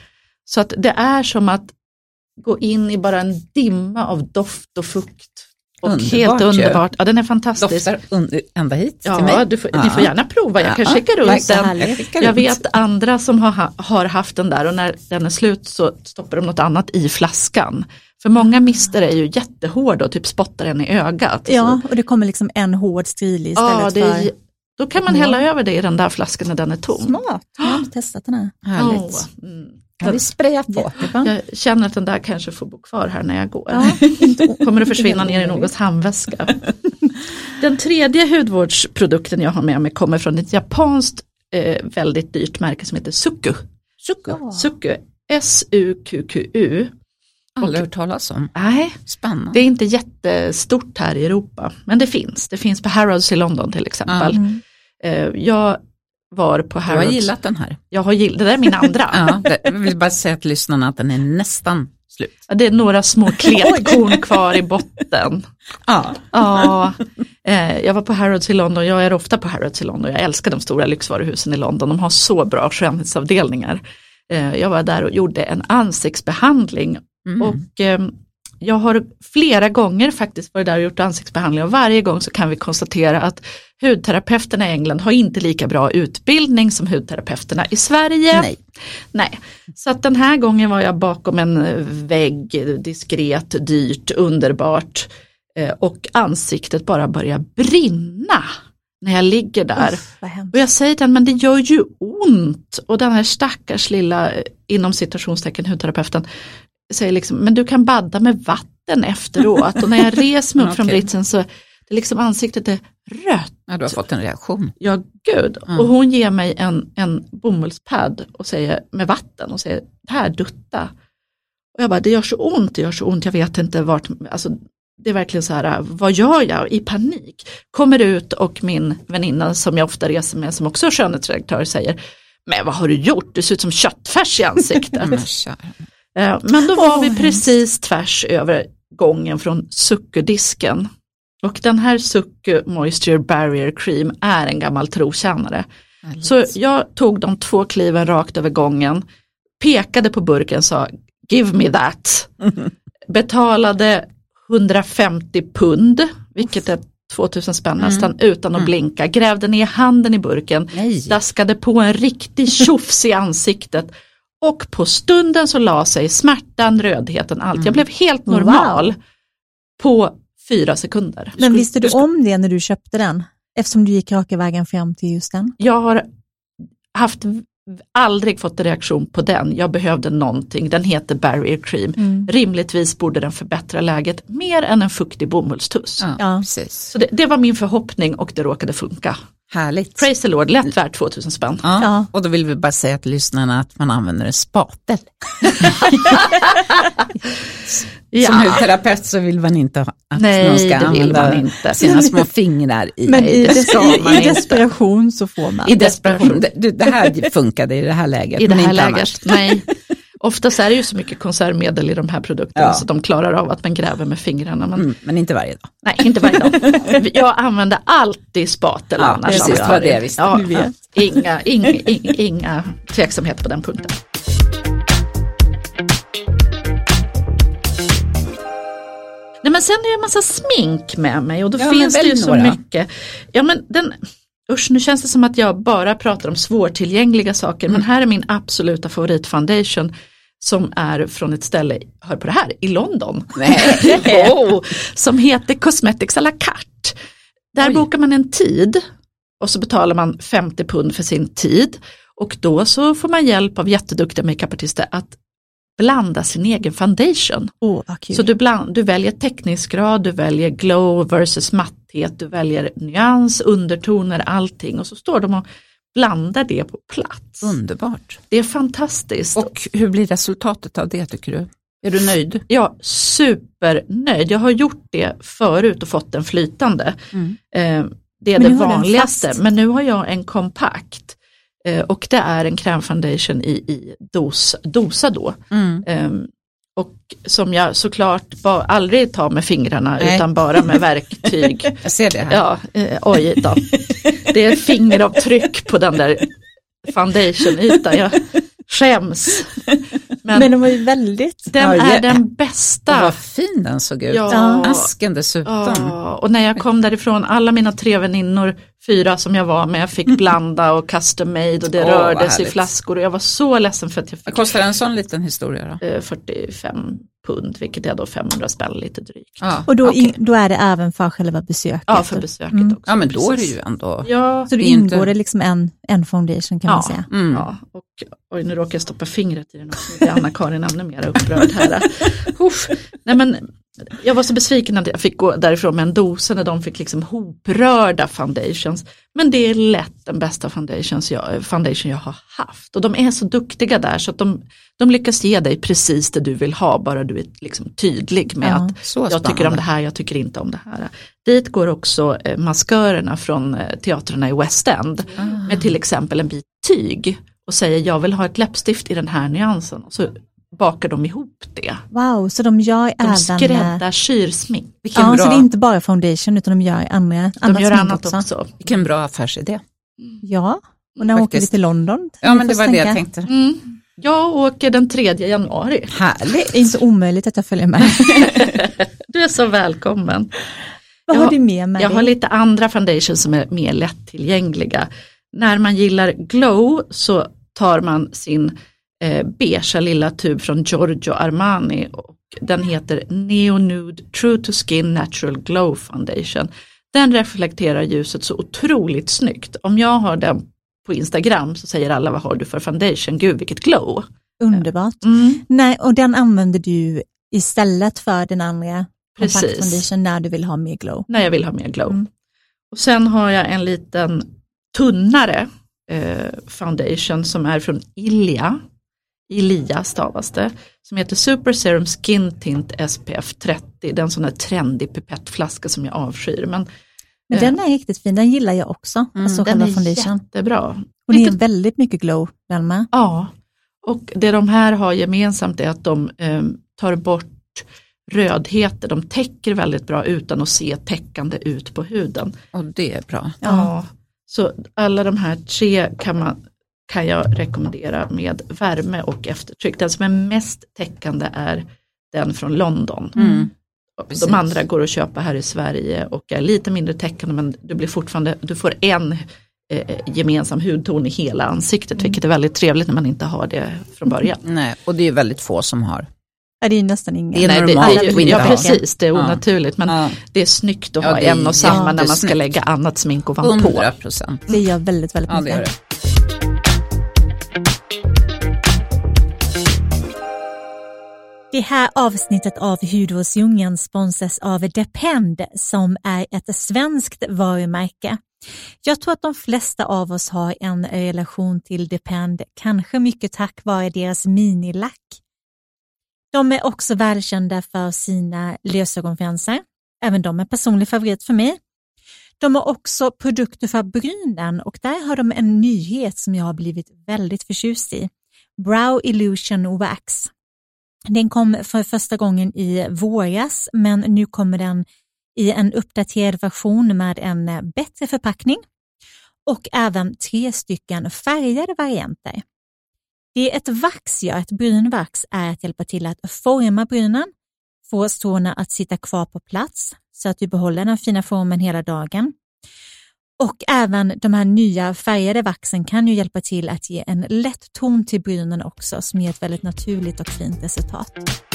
Så att det är som att gå in i bara en dimma av doft och fukt. Och underbart, helt underbart. Ja, den är fantastisk. Doftar under, ända hit ja, till mig. Du får, ja, ni får gärna prova. Jag kan ja, skicka runt den. Jag, jag vet andra som har, har haft den där och när den är slut så stoppar de något annat i flaskan. För många mister är ju jättehårda och typ spottar en i ögat. Ja, och det kommer liksom en hård strilig istället ja, det är, för... Då kan man hälla över det i den där flaskan när den är tom. Smart, jag har inte testat den här. Härligt. Oh, mm. Kan vi spraya på? Jag känner att den där kanske får bo kvar här när jag går. Ja. Kommer att försvinna ner i någons handväska. Den tredje hudvårdsprodukten jag har med mig kommer från ett japanskt eh, väldigt dyrt märke som heter Suku. Suku. Oh. Suku. S U Q Q U. Aldrig hört talas om. Nej, spännande. Det är inte jättestort här i Europa. Men det finns. Det finns på Harrods i London till exempel. Mm. Eh, jag var på Harrods. Jag har gillat den här. Jag har gillat, det där är min andra. Ja, det, jag vill bara säga till lyssnarna att den är nästan slut. Ja, det är några små kletkorn kvar i botten. Ja. Ja, eh, jag var på Harrods i London. Jag är ofta på Harrods i London. Jag älskar de stora lyxvaruhusen i London. De har så bra skönhetsavdelningar. Eh, jag var där och gjorde en ansiktsbehandling. Mm. Och eh, jag har flera gånger faktiskt varit där och gjort ansiktsbehandling. Och varje gång så kan vi konstatera att hudterapeuterna i England har inte lika bra utbildning som hudterapeuterna i Sverige. Nej. Nej. Så att den här gången var jag bakom en vägg, diskret, dyrt, underbart. Eh, och ansiktet bara börjar brinna när jag ligger där. Uff, och jag säger till den, men det gör ju ont. Och den här stackars lilla, inom citationstecken, hudterapeuten säger liksom, men du kan badda med vatten efteråt. Och när jag reser mig upp okay. från britsen så det liksom ansiktet är rött. Ja, du har fått en reaktion. Ja, gud. Mm. Och hon ger mig en, en bomullspad och säger, med vatten och säger, här dutta. Och jag bara, det gör så ont, det gör så ont. Jag vet inte vart, alltså det är verkligen så här, vad gör jag i panik? Kommer ut och min väninna som jag ofta reser med, som också är skönhetsredaktör, säger, men vad har du gjort? Du ser ut som köttfärs i ansiktet. Men då var vi precis tvärs över gången från Suku-disken. Och den här Suku Moisture Barrier Cream är en gammal trotjänare. Så jag tog de två kliven rakt över gången, pekade på burken och sa, give me that. Mm. Betalade hundrafemtio pund, vilket är tvåtusen spänn nästan, mm. utan att mm. blinka. Grävde ner handen i burken, Nej. daskade på en riktig tjofs i ansiktet. Och på stunden så la sig smärtan, rödheten, allt. Mm. Jag blev helt normal wow. på fyra sekunder. Men visste du om det när du köpte den? Eftersom du gick raka vägen fram till just den? Jag har haft aldrig fått en reaktion på den. Jag behövde någonting. Den heter Barrier Cream. Mm. Rimligtvis borde den förbättra läget mer än en fuktig bomullstuss. Ja, ja. Precis. Så det, det var min förhoppning och det råkade funka. Härligt. Praise the Lord, lätt värt tvåtusen spänn. Ja, ja. Och då vill vi bara säga till lyssnarna att man använder en spatel. ja. Som hudterapeut så vill man inte att Nej, någon ska använda inte. sina små fingrar i. Men i, des i, i desperation så får man. I desperation. Det, det här funkade i det här läget. I det här läget, nej. Oftast är det ju så mycket konservmedel i de här produkterna ja. så de klarar av att man gräver med fingrarna. Men, mm, men inte varje dag. Nej, inte varje dag. Jag använder alltid spatel. Ja, annars precis, det var det jag visste. Ja, ja. Inga, inga, inga, inga tveksamheter på den punkten. Nej, men sen är det en massa smink med mig och då ja, finns det ju så några. mycket. Ja, men den... Usch, nu känns det som att jag bara pratar om svårtillgängliga saker. Mm. Men här är min absoluta favoritfoundation som är från ett ställe, hör på det här, i London. Nej. oh, som heter Cosmetics à la carte. Där Oj. bokar man en tid och så betalar man femtio pund för sin tid. Och då så får man hjälp av jätteduktiga makeupartister att blanda sin egen foundation. Oh, okay. Så du, bland, du väljer täckningsgrad, du väljer glow versus matthet, du väljer nyans, undertoner, allting. Och så står de och blandar det på plats. Underbart. Det är fantastiskt. Och hur blir resultatet av det tycker du? Är du nöjd? Ja, supernöjd. Jag har gjort det förut och fått den flytande. Mm. Eh, det är men det vanligaste. Men nu har jag en kompakt. Eh, och det är en krämfoundation i, i dos, dosa då. Mm. Eh, och som jag såklart bara aldrig tar med fingrarna Nej. utan bara med verktyg. Jag ser det här. Ja, eh, oj då. Det är fingeravtryck på den där foundation-ytan. Jag skäms. Men, Men den var ju väldigt... Den Ja, är ja. den bästa. Vad fin den såg ut. Ja. Asken dessutom. Ja, och när jag kom därifrån, alla mina tre väninnor, fyra som jag var med, fick blanda och custom made och det Åh, vad rördes i härligt. flaskor och jag var så ledsen för att jag Vad fick kostar en sån liten historia då? eh, fyrtiofem pund, vilket är då femhundra spänn lite drygt. Ja, Och då, okej. in, då är det även för själva besöket. Ja, för besöket Mm. också. Ja, men då är det precis. ju ändå... Ja, Så då Det är ingår inte- det liksom en, en foundation kan man säga. Mm. ja, och oj, nu råkar jag stoppa fingret i den också. Nu blir Anna-Karin ännu mer upprörd här. Uff. Nej, men jag var så besviken att jag fick gå därifrån med en dosa när de fick liksom hoprörda foundations. Men det är lätt den bästa foundations jag, foundation jag har haft. Och de är så duktiga där så att de, de lyckas ge dig precis det du vill ha. Bara du är liksom tydlig med Ja, att så jag spännande. tycker om det här, jag tycker inte om det här. Dit går också eh, maskörerna från eh, teatrarna i West End. Ah. Med till exempel en bit tyg. Och säger jag vill ha ett läppstift i den här nyansen. Och så bakar de ihop det. Wow, så de gör De även... skräddarsyr smink. Vilken, Ja, bra, så det är inte bara foundation utan de gör andra, De annat gör smink annat också. också. vilken bra affärsidé. Ja, och när åker vi Faktiskt. till London? Ja, men det var det jag tänka. tänkte. Mm. Jag åker den tredje januari. Härligt. Det är inte så omöjligt att jag följer med. Du är så välkommen. Vad Jag har har- du med med Jag dig? har lite andra foundations som är mer lättillgängliga. När man gillar glow så tar man sin eh, beigea lilla tub från Giorgio Armani och den heter Neo Nude True to Skin Natural Glow Foundation. Den reflekterar ljuset så otroligt snyggt. Om jag har den på Instagram så säger alla vad har du för foundation? Gud vilket glow. Underbart. Mm. Nej, och den använder du istället för den andra Precis. compact foundation när du vill ha mer glow. När jag vill ha mer glow. Mm. Och sen har jag en liten tunnare eh, foundation som är från Ilia. Ilia stavas det. Som heter Super Serum Skin Tint S P F trettio. Den sån här trendig pipettflaska som jag avskyr. Men Men eh, den är riktigt fin, den gillar jag också. Mm, alltså den själva är foundation. jättebra. Och det är Lite- väldigt mycket glow den med. Ja, och det de här har gemensamt är att de eh, tar bort rödheter. De täcker väldigt bra utan att se täckande ut på huden. Och det är bra. Ja. Så alla de här tre kan, man, kan jag rekommendera med värme och eftertryck. Den som är mest täckande är den från London. Mm. Precis. De andra går att köpa här i Sverige och är lite mindre täckande men du blir fortfarande, du får en eh, gemensam hudton i hela ansiktet Mm. vilket är väldigt trevligt när man inte har det från början. Nej, och det är ju väldigt få som har. Ja, det är nästan ingen. Det är Nej, normalt det, att det, inte ja ha. precis, det är Ja. onaturligt men Ja, det är snyggt att Ja, ha det är en och samma när man ska jättesnyggt. lägga annat smink ovanpå. hundra procent. Det gör väldigt, väldigt Ja, det mycket. gör det. Det här avsnittet av Hudvårdsdjungeln sponsras av Depend som är ett svenskt varumärke. Jag tror att de flesta av oss har en relation till Depend, kanske mycket tack vare deras minilack. De är också välkända för sina lösögonfransar. Även de är personlig favorit för mig. De har också produkter för brynen och där har de en nyhet som jag har blivit väldigt förtjust i. Brow Illusion Wax. Den kom för första gången i våras men nu kommer den i en uppdaterad version med en bättre förpackning och även tre stycken färgade varianter. Det ett vax gör, ett brynvax, är att hjälpa till att forma brynen, få stråna att sitta kvar på plats så att du behåller den fina formen hela dagen. Och även de här nya färgade vaxen kan ju hjälpa till att ge en lätt ton till brynen också som ger ett väldigt naturligt och fint resultat.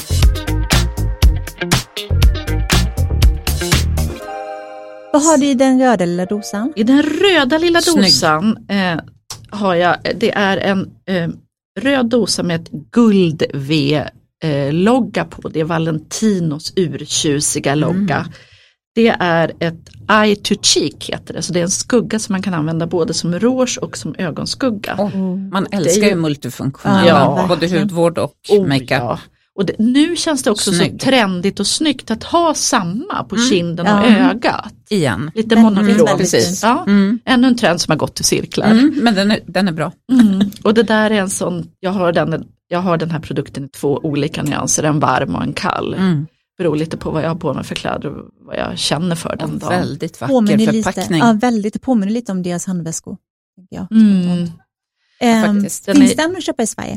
Vad har du i den röda lilla dosan? I den röda lilla Snygg. dosan eh, har jag, det är en eh, röd dosa med ett guld V-logga på. Det är Valentinos urtjusiga logga. Mm. Det är ett eye to cheek heter det. Så det är en skugga som man kan använda både som rouge och som ögonskugga. Oh, man Det är älskar ju- ju multifunktionella, Ja, både verkligen. hudvård och Oh, makeup. ja. Och det, nu känns det också Snygg. så trendigt och snyggt att ha samma på Mm. kinden och Ja. ögat. Igen. Lite Väldigt, monokromt. väldigt Precis. Ja. Mm. Ännu en trend som har gått i cirklar. Mm, men den är, den är bra. Mm. Och det där är en sån, jag har den, jag har den här produkten i två olika nyanser, en varm och en kall. Mm. Beror lite på vad jag har på mig för kläder och vad jag känner för den Och dagen. väldigt vacker Påminner förpackning. lite, ja, väldigt, det påminner lite om deras handväskor. Ja. Mm. Ehm, faktiskt. Den finns är- den att köpa i Sverige?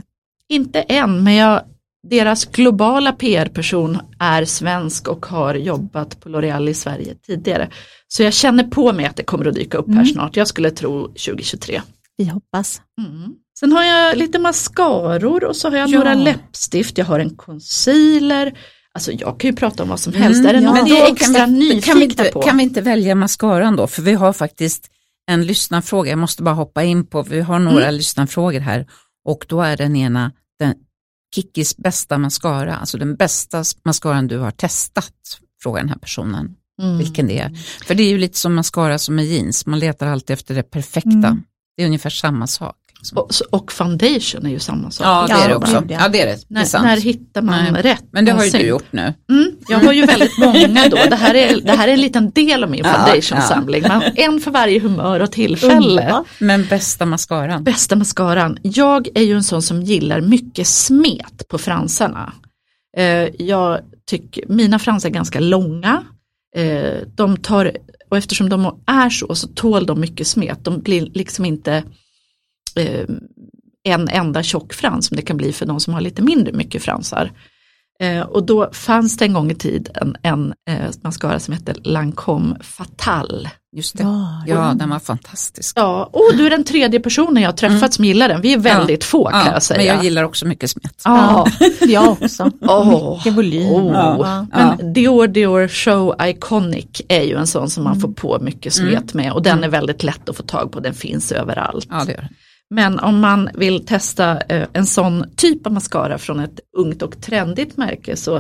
Inte än, men jag, deras globala P R-person är svensk och har jobbat på L'Oreal i Sverige tidigare. Så jag känner på mig att det kommer att dyka upp här Mm. snart. Jag skulle tro tjugohundratjugotre. Vi hoppas. Mm. Sen har jag lite mascaror och så har jag Ja. några läppstift. Jag har en concealer. Alltså jag kan ju prata om vad som helst. Mm, är det ja. något men du är det- extra kan vi, nyfikna kan vi inte, på? Kan vi inte välja mascaran då? För vi har faktiskt en lyssnarfråga. Jag måste bara hoppa in på, vi har några Mm. lyssnarfrågor här. Och då är den ena, den Kikkis bästa mascara. Alltså den bästa mascaran du har testat, frågar den här personen. Mm. Vilken det är. För det är ju lite som mascara som är jeans. Man letar alltid efter det perfekta. Mm. Det är ungefär samma sak. Liksom. Och, och foundation är ju samma sak. Ja, det Ja, är det också. gud, ja. Ja, det är det. Det är När, sant. när hittar man Nej. rätt? Men det har ju någonsin? du gjort nu. Mm, jag har ju väldigt många då. Det här är, det här är en liten del av min Ja, foundation-samling. Man, en för varje humör och tillfälle. Underbart. Men bästa mascaran. Bästa mascaran. Jag är ju en sån som gillar mycket smet på fransarna. Eh, jag tycker, mina fransar är ganska långa. Eh, de tar, och eftersom de är så, så tål de mycket smet. De blir liksom inte eh, en enda tjock frans som det kan bli för de som har lite mindre mycket fransar. Eh, och då fanns det en gång i tiden en eh, mascara som hette Lancôme Fatale. Just det. Ja, Ja, den var fantastisk. Ja, och du är den tredje personen jag har träffat Mm. som gillar den. Vi är väldigt Ja. få kan Ja, jag säga. men jag gillar också mycket smet. Ja. Jag också. Åh. Mycket volym. Oh. Ja. Men Dior Dior Show Iconic är ju en sån som man får på mycket smet med och den är väldigt lätt att få tag på, den finns överallt. Ja, det gör det. Men om man vill testa eh, en sån typ av mascara från ett ungt och trendigt märke så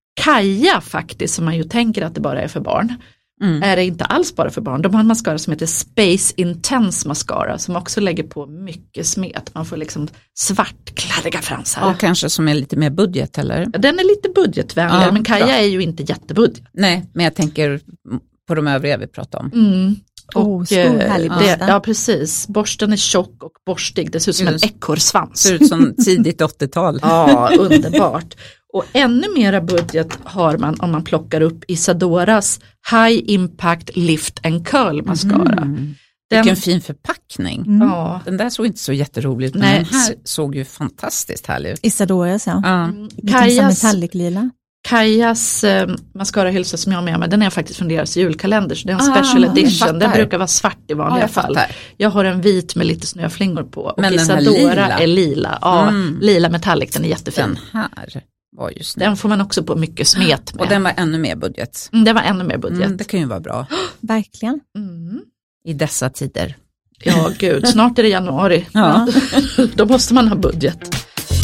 Kaja faktiskt, som man ju tänker att det bara är för barn, Mm. är det inte alls bara för barn. De har en mascara som heter Space Intense Mascara som också lägger på mycket smet. Man får liksom svartkladdiga fransar. Och kanske som är lite mer budget, eller? Den är lite budgetvänligare, Ja, men Kaja bra. är ju inte jättebudget. Nej, men jag tänker på de övriga vi pratar om. Mm. Oh, stor, eh, härlig det, borste. ja precis, borsten är tjock och borstig, det ser ut som en Just. ekorrsvans. Ser ut som tidigt åttiotal. Ja, underbart. Och ännu mera budget har man om man plockar upp Isadoras High Impact Lift and Curl Mascara. Mm. Den, Vilken fin förpackning. Mm. ja, Den där såg inte så jätteroligt, men Nej. den här såg ju fantastiskt härlig ut. Isadoras, ja. Ja. Lite Kajas, metallic-lila. Kajas eh, mascarahylsa som jag har med mig, den är faktiskt från deras julkalender, så det är en Ah, special jag edition. Den fattar. brukar vara svart i Ja, vanliga jag fall. fattar. Jag har en vit med lite snöflingor på och Men den här Isadora lila. är lila. Ja, Mm. lila metallic, den är jättefin. Den här var ju snygg. Den får man också på mycket smet med. Och den var ännu mer budget. Mm, den var ännu mer budget. Mm, det kan ju vara bra Verkligen. Mm. i dessa tider. Ja, gud, snart är det januari. Ja. Då måste man ha budget.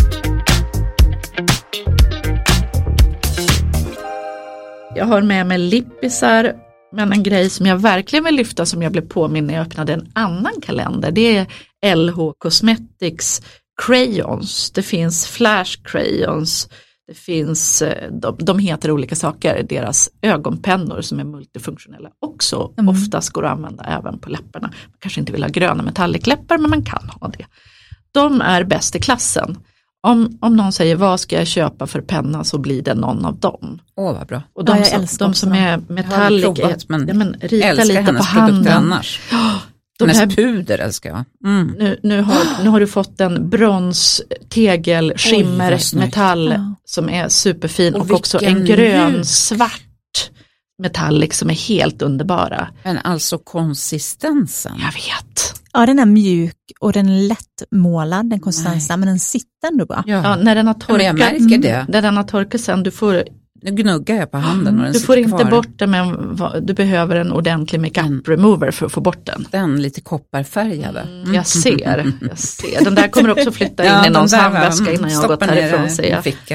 Jag har med mig lippisar, men en grej som jag verkligen vill lyfta som jag blev påminn när jag öppnade en annan kalender, det är L H Cosmetics crayons. Det finns flash crayons, det finns, de, de heter olika saker, deras ögonpennor som är multifunktionella också Mm. oftast går att använda även på läpparna. Man kanske inte vill ha gröna metallicläppar, men man kan ha det. De är bäst i klassen. Om, om någon säger vad ska jag köpa för penna, så blir det någon av dem. Åh, vad bra. Och de, Ja, jag som, älskar de också som dem. är Jag har metallic, aldrig provat, men ja, men rita älskar lite på hennes produkter handen. annars. De Hennes här, puder älskar jag. Mm. nu, nu, har, nu har du fått en brons tegel Oj, skimmer vad snyggt. metall Ja. som är superfin och, Och också vilken en grön mjuk. svart metallic som är helt underbara. Men alltså konsistensen. Jag vet. Ja, den är mjuk och den är lättmålad, den konsistensen, men den sitter ändå bra. Ja. Ja, när den har men jag torkat, märker det. när den har torkat sen, du får, Nu gnuggar jag på handen och den du sitter får inte kvar. bort den, men va- du behöver en ordentlig makeup Mm. remover för att få bort den. Den lite kopparfärgade. Mm. Jag ser, jag ser. Den där kommer också flytta in Ja, i de någons där, handväska mm, innan jag har stoppa gått ner härifrån, i säger jag. ficka.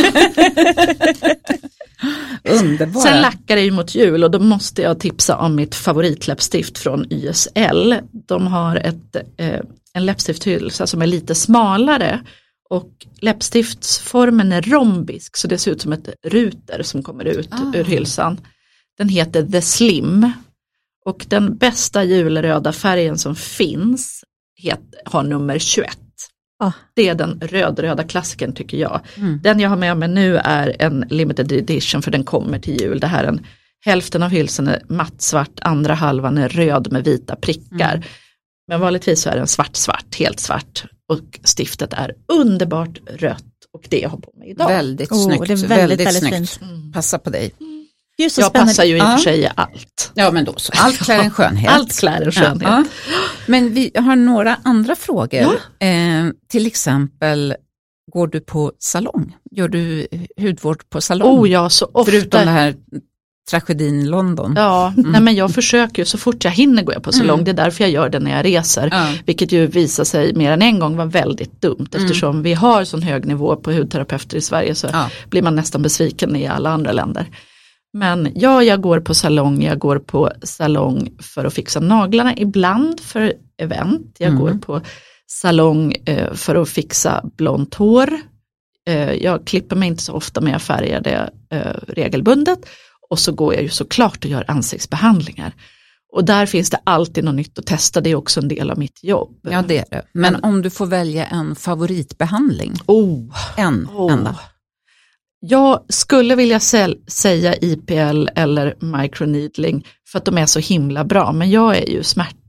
Underbara. Sen lackar det ju mot jul och då måste jag tipsa om mitt favoritläppstift från Y S L. De har ett, eh, en läppstifthylsa som är lite smalare och läppstiftsformen är rombisk, så det ser ut som ett ruter som kommer ut Ah. ur hylsan. Den heter The Slim och den bästa julröda färgen som finns het, har nummer tjugoett. Ah. Det är den rödröda klassikern tycker jag. Mm. Den jag har med mig nu är en limited edition för den kommer till jul. Det här är en, hälften av hylsan är mattsvart, andra halvan är röd med vita prickar. Mm. Men vanligtvis så är den svart, svart, helt svart. Och stiftet är underbart rött. Och det jag har på mig idag. Väldigt oh, snyggt. Det är väldigt, väldigt, väldigt snyggt. fint. Mm. Passa på dig. Just så jag spännande. passar ju i och ja. för sig i allt. Ja, men då så. Allt klär en skönhet. Allt klär en skönhet. Ja, ja. Men vi har några andra frågor. Ja. Eh, till exempel, går du på salong? Gör du hudvård på salong? Oh ja, så ofta. Förutom det här tragedin i London. Ja, mm. nej men jag försöker ju så fort jag hinner gå på salong. Mm. Det är därför jag gör det när jag reser. Ja. Vilket ju visar sig mer än en gång var väldigt dumt. Mm. Eftersom vi har sån hög nivå på hudterapeuter i Sverige så ja. blir man nästan besviken i alla andra länder. Men ja, jag går på salong. Jag går på salong för att fixa naglarna. Ibland för event. Jag mm. går på salong eh, för att fixa blont hår. Eh, jag klipper mig inte så ofta men jag färgar det eh, regelbundet. Och så går jag ju såklart och gör ansiktsbehandlingar. Och där finns det alltid något nytt att testa. Det är också en del av mitt jobb. Ja, det är det. Men mm. om du får välja en favoritbehandling? Oh. En oh. enda. Jag skulle vilja sä- säga I P L eller microneedling för att de är så himla bra. Men jag är ju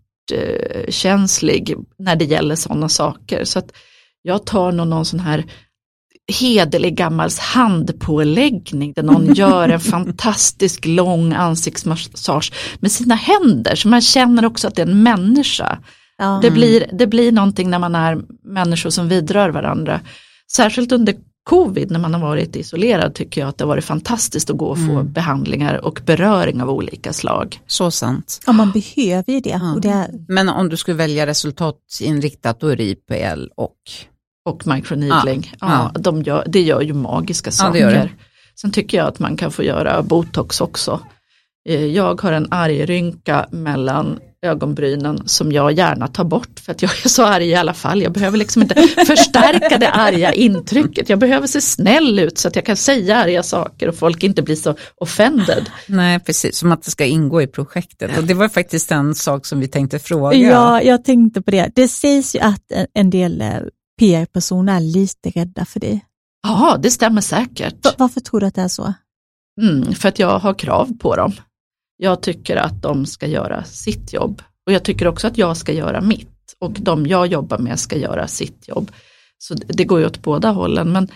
smärtkänslig när det gäller sådana saker. Så att jag tar nog någon sån här hederlig gammals handpåläggning där någon gör en fantastisk lång ansiktsmassage med sina händer. Så man känner också att det är en människa. Mm. Det blir, det blir någonting när man är människor som vidrör varandra. Särskilt under covid när man har varit isolerad tycker jag att det har varit fantastiskt att gå och få mm. behandlingar och beröring av olika slag. Så sant. Ja, man behöver ju det. Ja. Och det är... Men om du skulle välja resultatinriktat då är det I P L och... Och microneedling. Ja, ja. ja. De gör, det gör ju magiska saker. Ja, det gör det. Sen tycker jag att man kan få göra botox också. Jag har en arg rynka mellan ögonbrynen som jag gärna tar bort för att jag är så arg i alla fall. Jag behöver liksom inte förstärka det arga intrycket. Jag behöver se snäll ut så att jag kan säga arga saker och folk inte blir så offended. Nej, precis. Som att det ska ingå i projektet. Och det var faktiskt en sak som vi tänkte fråga. Ja, jag tänkte på det. Det sägs ju att en del P R-personer är lite rädda för det. Ja, det stämmer säkert. Varför tror du att det är så? Mm, för att jag har krav på dem. Jag tycker att de ska göra sitt jobb. Och jag tycker också att jag ska göra mitt. Och de jag jobbar med ska göra sitt jobb. Så det går ju åt båda hållen. Men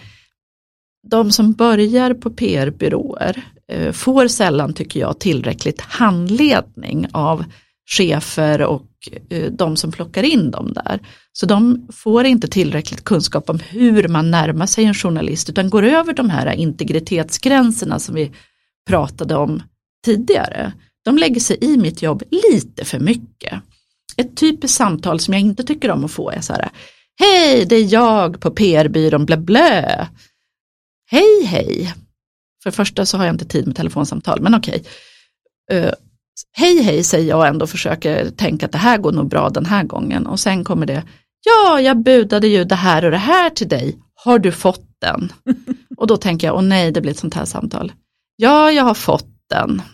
de som börjar på P R-byråer eh, får sällan, tycker jag, tillräckligt handledning av chefer och eh, de som plockar in dem där. Så de får inte tillräckligt kunskap om hur man närmar sig en journalist. Utan går över de här integritetsgränserna som vi pratade om tidigare. De lägger sig i mitt jobb lite för mycket. Ett typiskt samtal som jag inte tycker om att få är så här: hej, det är jag på P R-byrån blä blä. Hej, hej. För det första så har jag inte tid med telefonsamtal, men okej. Uh, hej, hej säger jag ändå och försöker tänka att det här går nog bra den här gången. Och sen kommer det: ja, jag budade ju det här och det här till dig. Har du fått den? Och då tänker jag, åh nej, det blir ett sånt här samtal. Ja, jag har fått den.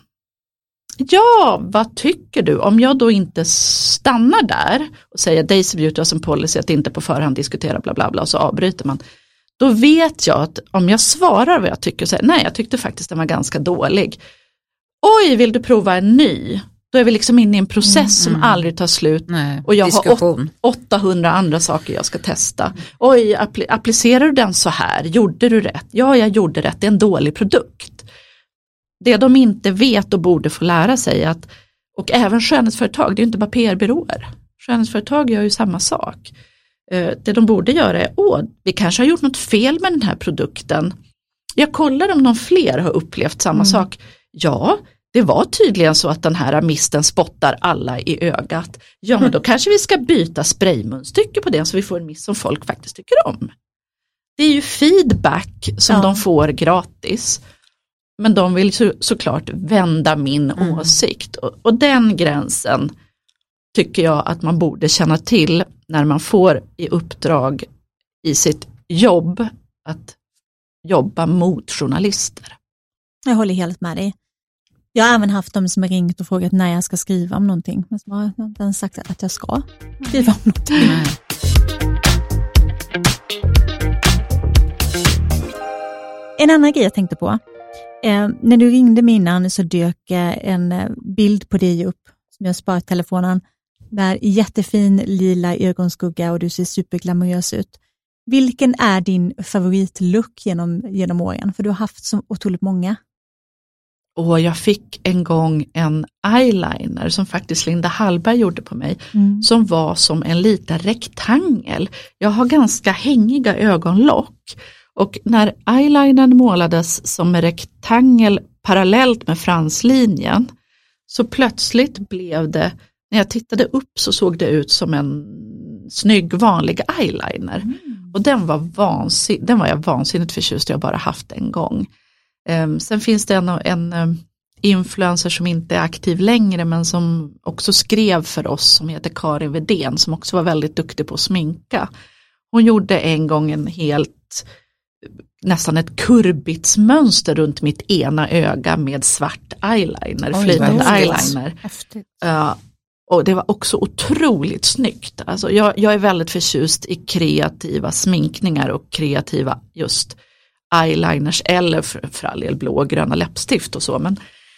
Ja, vad tycker du? Om jag då inte stannar där och säger Daisy Beauty har som policy att inte på förhand diskutera bla bla bla och så avbryter man. Då vet jag att om jag svarar vad jag tycker och säger nej, jag tyckte faktiskt den var ganska dålig. Oj, vill du prova en ny? Då är vi liksom inne i en process mm, som mm. aldrig tar slut. Nej, och jag diskussion. har åttahundra andra saker jag ska testa. Oj, appli- applicerar du den så här? Gjorde du rätt? Ja, jag gjorde rätt. Det är en dålig produkt. Det de inte vet och borde få lära sig att, och även skönhetsföretag, det är ju inte bara P R-byråer. Skönhetsföretag gör ju samma sak. Det de borde göra är, åh, vi kanske har gjort något fel med den här produkten. Jag kollar om någon fler har upplevt samma mm. sak. Ja, det var tydligen så att den här misten spottar alla i ögat. Ja, men då kanske vi ska byta spraymunstycke på den så vi får en mist som folk faktiskt tycker om. Det är ju feedback som ja. de får gratis. Men de vill så, såklart vända min mm. åsikt. Och, och den gränsen tycker jag att man borde känna till när man får i uppdrag i sitt jobb att jobba mot journalister. Jag håller helt med dig. Jag har även haft de som har ringt och frågat när jag ska skriva om någonting. Men som har inte ens sagt att jag ska skriva om någonting. Mm. En annan grej jag tänkte på. Eh, när du ringde mig innan så dök en bild på dig upp som jag sparat telefonen Där jättefin lila ögonskugga och du ser superglamorös ut. Vilken är din favoritlook genom, genom åren? För du har haft så otroligt många. Och jag fick en gång en eyeliner som faktiskt Linda Hallberg gjorde på mig. Mm. Som var som en liten rektangel. Jag har ganska hängiga ögonlock. Och när eyelinern målades som en rektangel parallellt med franslinjen. Så plötsligt blev det, när jag tittade upp så såg det ut som en snygg vanlig eyeliner. Mm. Och den var, vansin- den var jag vansinnigt förtjust, jag bara haft en gång. Um, sen finns det en, en um, influencer som inte är aktiv längre men som också skrev för oss som heter Karin Wedén som också var väldigt duktig på att sminka. Hon gjorde en gång en helt nästan ett kurbitsmönster runt mitt ena öga med svart eyeliner, Oj, flytande eyeliner. Uh, och det var också otroligt snyggt. Alltså jag, jag är väldigt förtjust i kreativa sminkningar och kreativa just eyeliners eller för, för all del blå och gröna läppstift och så. Men,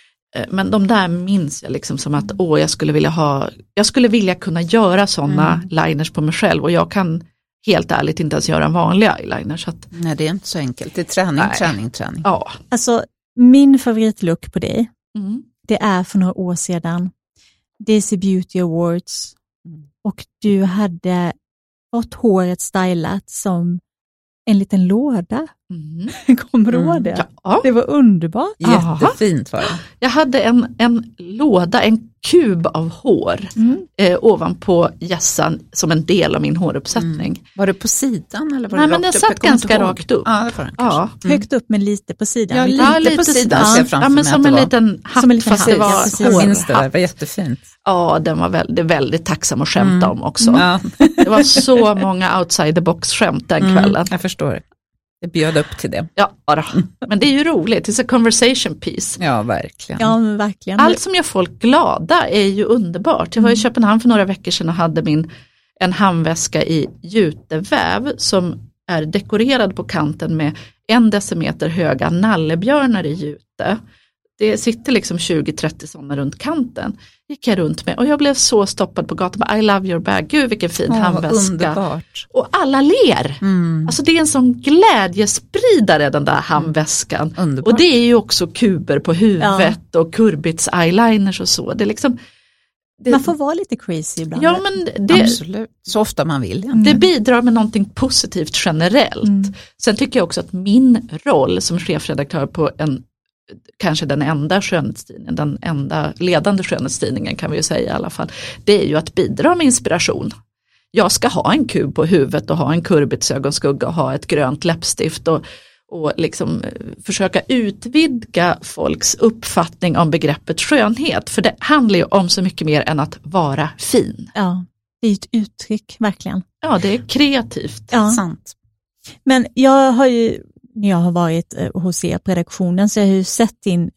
men de där minns jag liksom som att åh, jag skulle vilja ha, jag skulle vilja kunna göra sådana mm. liners på mig själv och jag kan helt ärligt inte ens göra en vanlig eyeliner. Så att, nej, det är inte så enkelt. Det är träning, nej. träning, träning. Ja. Alltså min favoritlook på dig mm. det är för några år sedan Daisy Beauty Awards mm. och du hade fått håret stylat som en liten låda. Mm. Kommer du ihåg mm. det? Ja. Det var underbart. Jättefint var det. Jag hade en, en låda, en kub av hår mm. eh, ovanpå hjässan som en del av min håruppsättning. Mm. Var det på sidan? Eller var Nej, det men den satt ganska rakt upp. Ja, det var den ja. Mm. Högt upp men lite på sidan. Ja, lite, ja, lite på sidan. Ja, ser jag ja, men som en liten hatt, som en liten fast hatt. Det var jag minns det, det var jättefint. Ja, den var väldigt, väldigt tacksam att skämta mm. om också. Ja. Det var så många outside the box skämt den kvällen. Mm, jag förstår. Det bjöd upp till det. Ja, då. Men det är ju roligt. Det är en conversation piece. Ja, verkligen. Ja, men verkligen. Allt som gör folk glada är ju underbart. Jag var i Köpenhamn för några veckor sedan och hade min, en handväska i juteväv som är dekorerad på kanten med en decimeter höga nallebjörnar i jute. Det sitter liksom tjugo trettio sådana runt kanten. Gick jag runt med och jag blev så stoppad på gatan. I love your bag. Gud vilken fin oh, handväska. Underbart. Och alla ler. Mm. Alltså det är en sån glädjespridare den där handväskan. Underbart. Och det är ju också kuber på huvudet ja. och kurbits eyeliners och så. Det är liksom det, man får vara lite crazy ibland. Ja, men det, absolut. Så ofta man vill. Ja. Det bidrar med någonting positivt generellt. Mm. Sen tycker jag också att min roll som chefredaktör på en kanske den enda skönhetstidningen, den enda ledande skönhetstidningen kan vi ju säga i alla fall, det är ju att bidra med inspiration. Jag ska ha en kub på huvudet och ha en kurbitsögonskugga och ha ett grönt läppstift och, och liksom försöka utvidga folks uppfattning om begreppet skönhet, för det handlar ju om så mycket mer än att vara fin. Ja, det är ett uttryck, verkligen. Ja, det är kreativt. Ja. Sant. Men jag har ju när jag har varit hos er på redaktionen så har jag ju sett din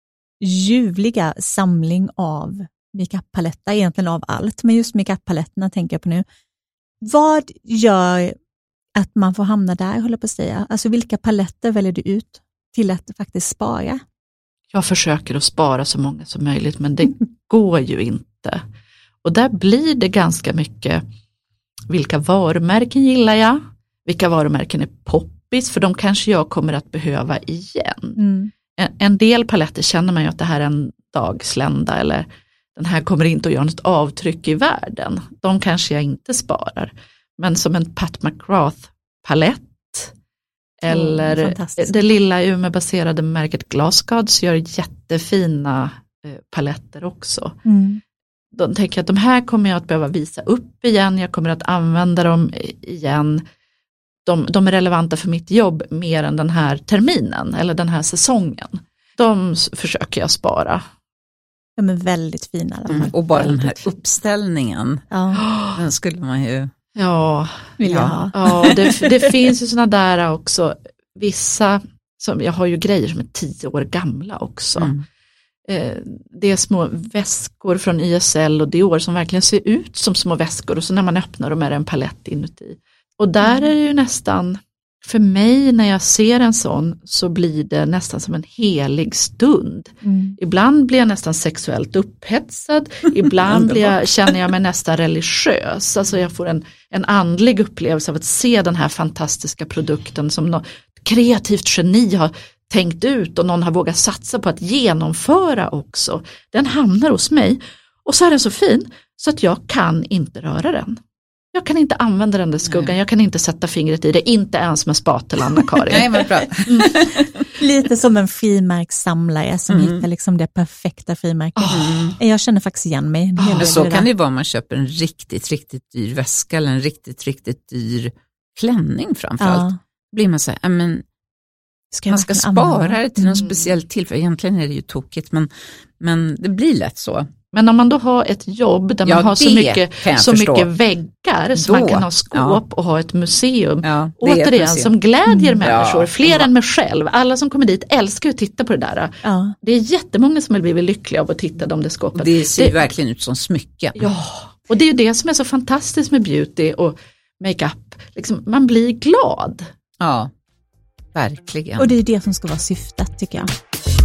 ljuvliga samling av make-up-paletter, egentligen av allt, men just make-up-paletterna tänker jag på nu. Vad gör att man får hamna där, håller på att säga? Alltså vilka paletter väljer du ut till att faktiskt spara? Jag försöker att spara så många som möjligt, men det går ju inte. Och där blir det ganska mycket, vilka varumärken gillar jag? Vilka varumärken är pop? För de kanske jag kommer att behöva igen. Mm. En, en del paletter känner man ju att det här är en dagslända eller den här kommer inte att göra något avtryck i världen. De kanske jag inte sparar. Men som en Pat McGrath-palett eller mm, det lilla Umeå-baserade märket Glassgods gör jättefina eh, paletter också. Mm. De tänker att de här kommer jag att behöva visa upp igen. Jag kommer att använda dem igen. De, de är relevanta för mitt jobb mer än den här terminen eller den här säsongen. De försöker jag spara. De är väldigt fina. Mm, och bara den här uppställningen, ja. Den skulle man ju ja, vilja ja. ha. Ja, det, det finns ju sådana där också. Vissa, som, jag har ju grejer som är tio år gamla också. Mm. Eh, det är små väskor från Y S L och Dior som verkligen ser ut som små väskor och så när man öppnar dem är det en palett inuti. Och där är det ju nästan, för mig när jag ser en sån så blir det nästan som en helig stund. Mm. Ibland blir jag nästan sexuellt upphetsad, ibland blir jag, känner jag mig nästan religiös. Alltså jag får en, en andlig upplevelse av att se den här fantastiska produkten som något kreativt geni har tänkt ut och någon har vågat satsa på att genomföra också. Den hamnar hos mig och så är den så fin så att jag kan inte röra den. Jag kan inte använda den där skuggan, Nej. Jag kan inte sätta fingret i det, inte ens med spatel, Anna-Karin. Nej, men bra. Mm. Lite som en frimärkssamlare som mm. hittar liksom det perfekta frimärket. Mm. Jag känner faktiskt igen mig. Oh, men så det kan det vara om man köper en riktigt, riktigt dyr väska eller en riktigt, riktigt dyr klänning framförallt. Ja. Blir man så här, men ska man ska spara det till någon mm. speciell tillfälle. Egentligen är det ju tokigt, men, men det blir lätt så. Men om man då har ett jobb där man ja, har så mycket, så mycket väggar så då, man kan ha skåp ja. och ha ett museum. Ja, återigen museum. Som glädjer människor, ja, fler ja. än mig själv. Alla som kommer dit älskar att titta på det där. Ja. Det är jättemånga som har blivit lyckliga av att titta om det skåpet. Det ser det, verkligen ut som smycken. Ja, och det är ju det som är så fantastiskt med beauty och makeup. Liksom, man blir glad. Ja, verkligen. Och det är det som ska vara syftet, tycker jag.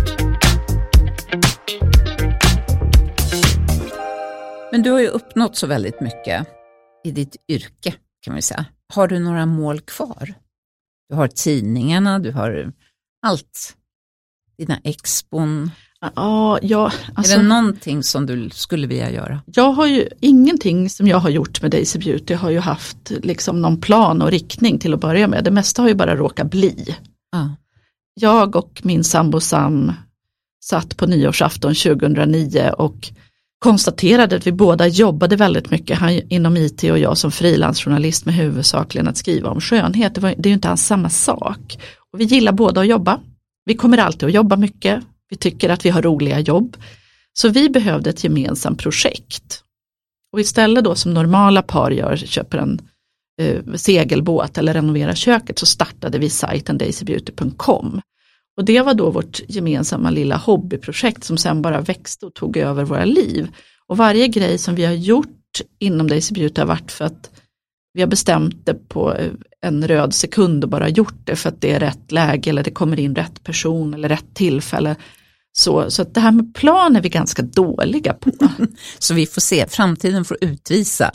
Men du har ju uppnått så väldigt mycket i ditt yrke, kan man säga. Har du några mål kvar? Du har tidningarna, du har allt. Dina expon. Ja, ja, alltså, är det någonting som du skulle vilja göra? Jag har ju ingenting som jag har gjort med Daisy Beauty. Jag har ju haft liksom någon plan och riktning till att börja med. Det mesta har ju bara råkat bli. Ja. Jag och min sambo Sam satt på nyårsafton tjugohundranio och konstaterade att vi båda jobbade väldigt mycket, han inom I T och jag som frilansjournalist med huvudsakligen att skriva om skönhet. Det, var, det är ju inte alls samma sak. Och vi gillar båda att jobba. Vi kommer alltid att jobba mycket. Vi tycker att vi har roliga jobb. Så vi behövde ett gemensamt projekt. Och istället då som normala par gör, köper en eh, segelbåt eller renoverar köket, så startade vi sajten daisy beauty punkt com. Och det var då vårt gemensamma lilla hobbyprojekt som sen bara växte och tog över våra liv. Och varje grej som vi har gjort inom Daisy Beauty har varit för att vi har bestämt det på en röd sekund och bara gjort det för att det är rätt läge eller det kommer in rätt person eller rätt tillfälle. Så, så att det här med plan är vi ganska dåliga på. Så vi får se, framtiden får utvisa.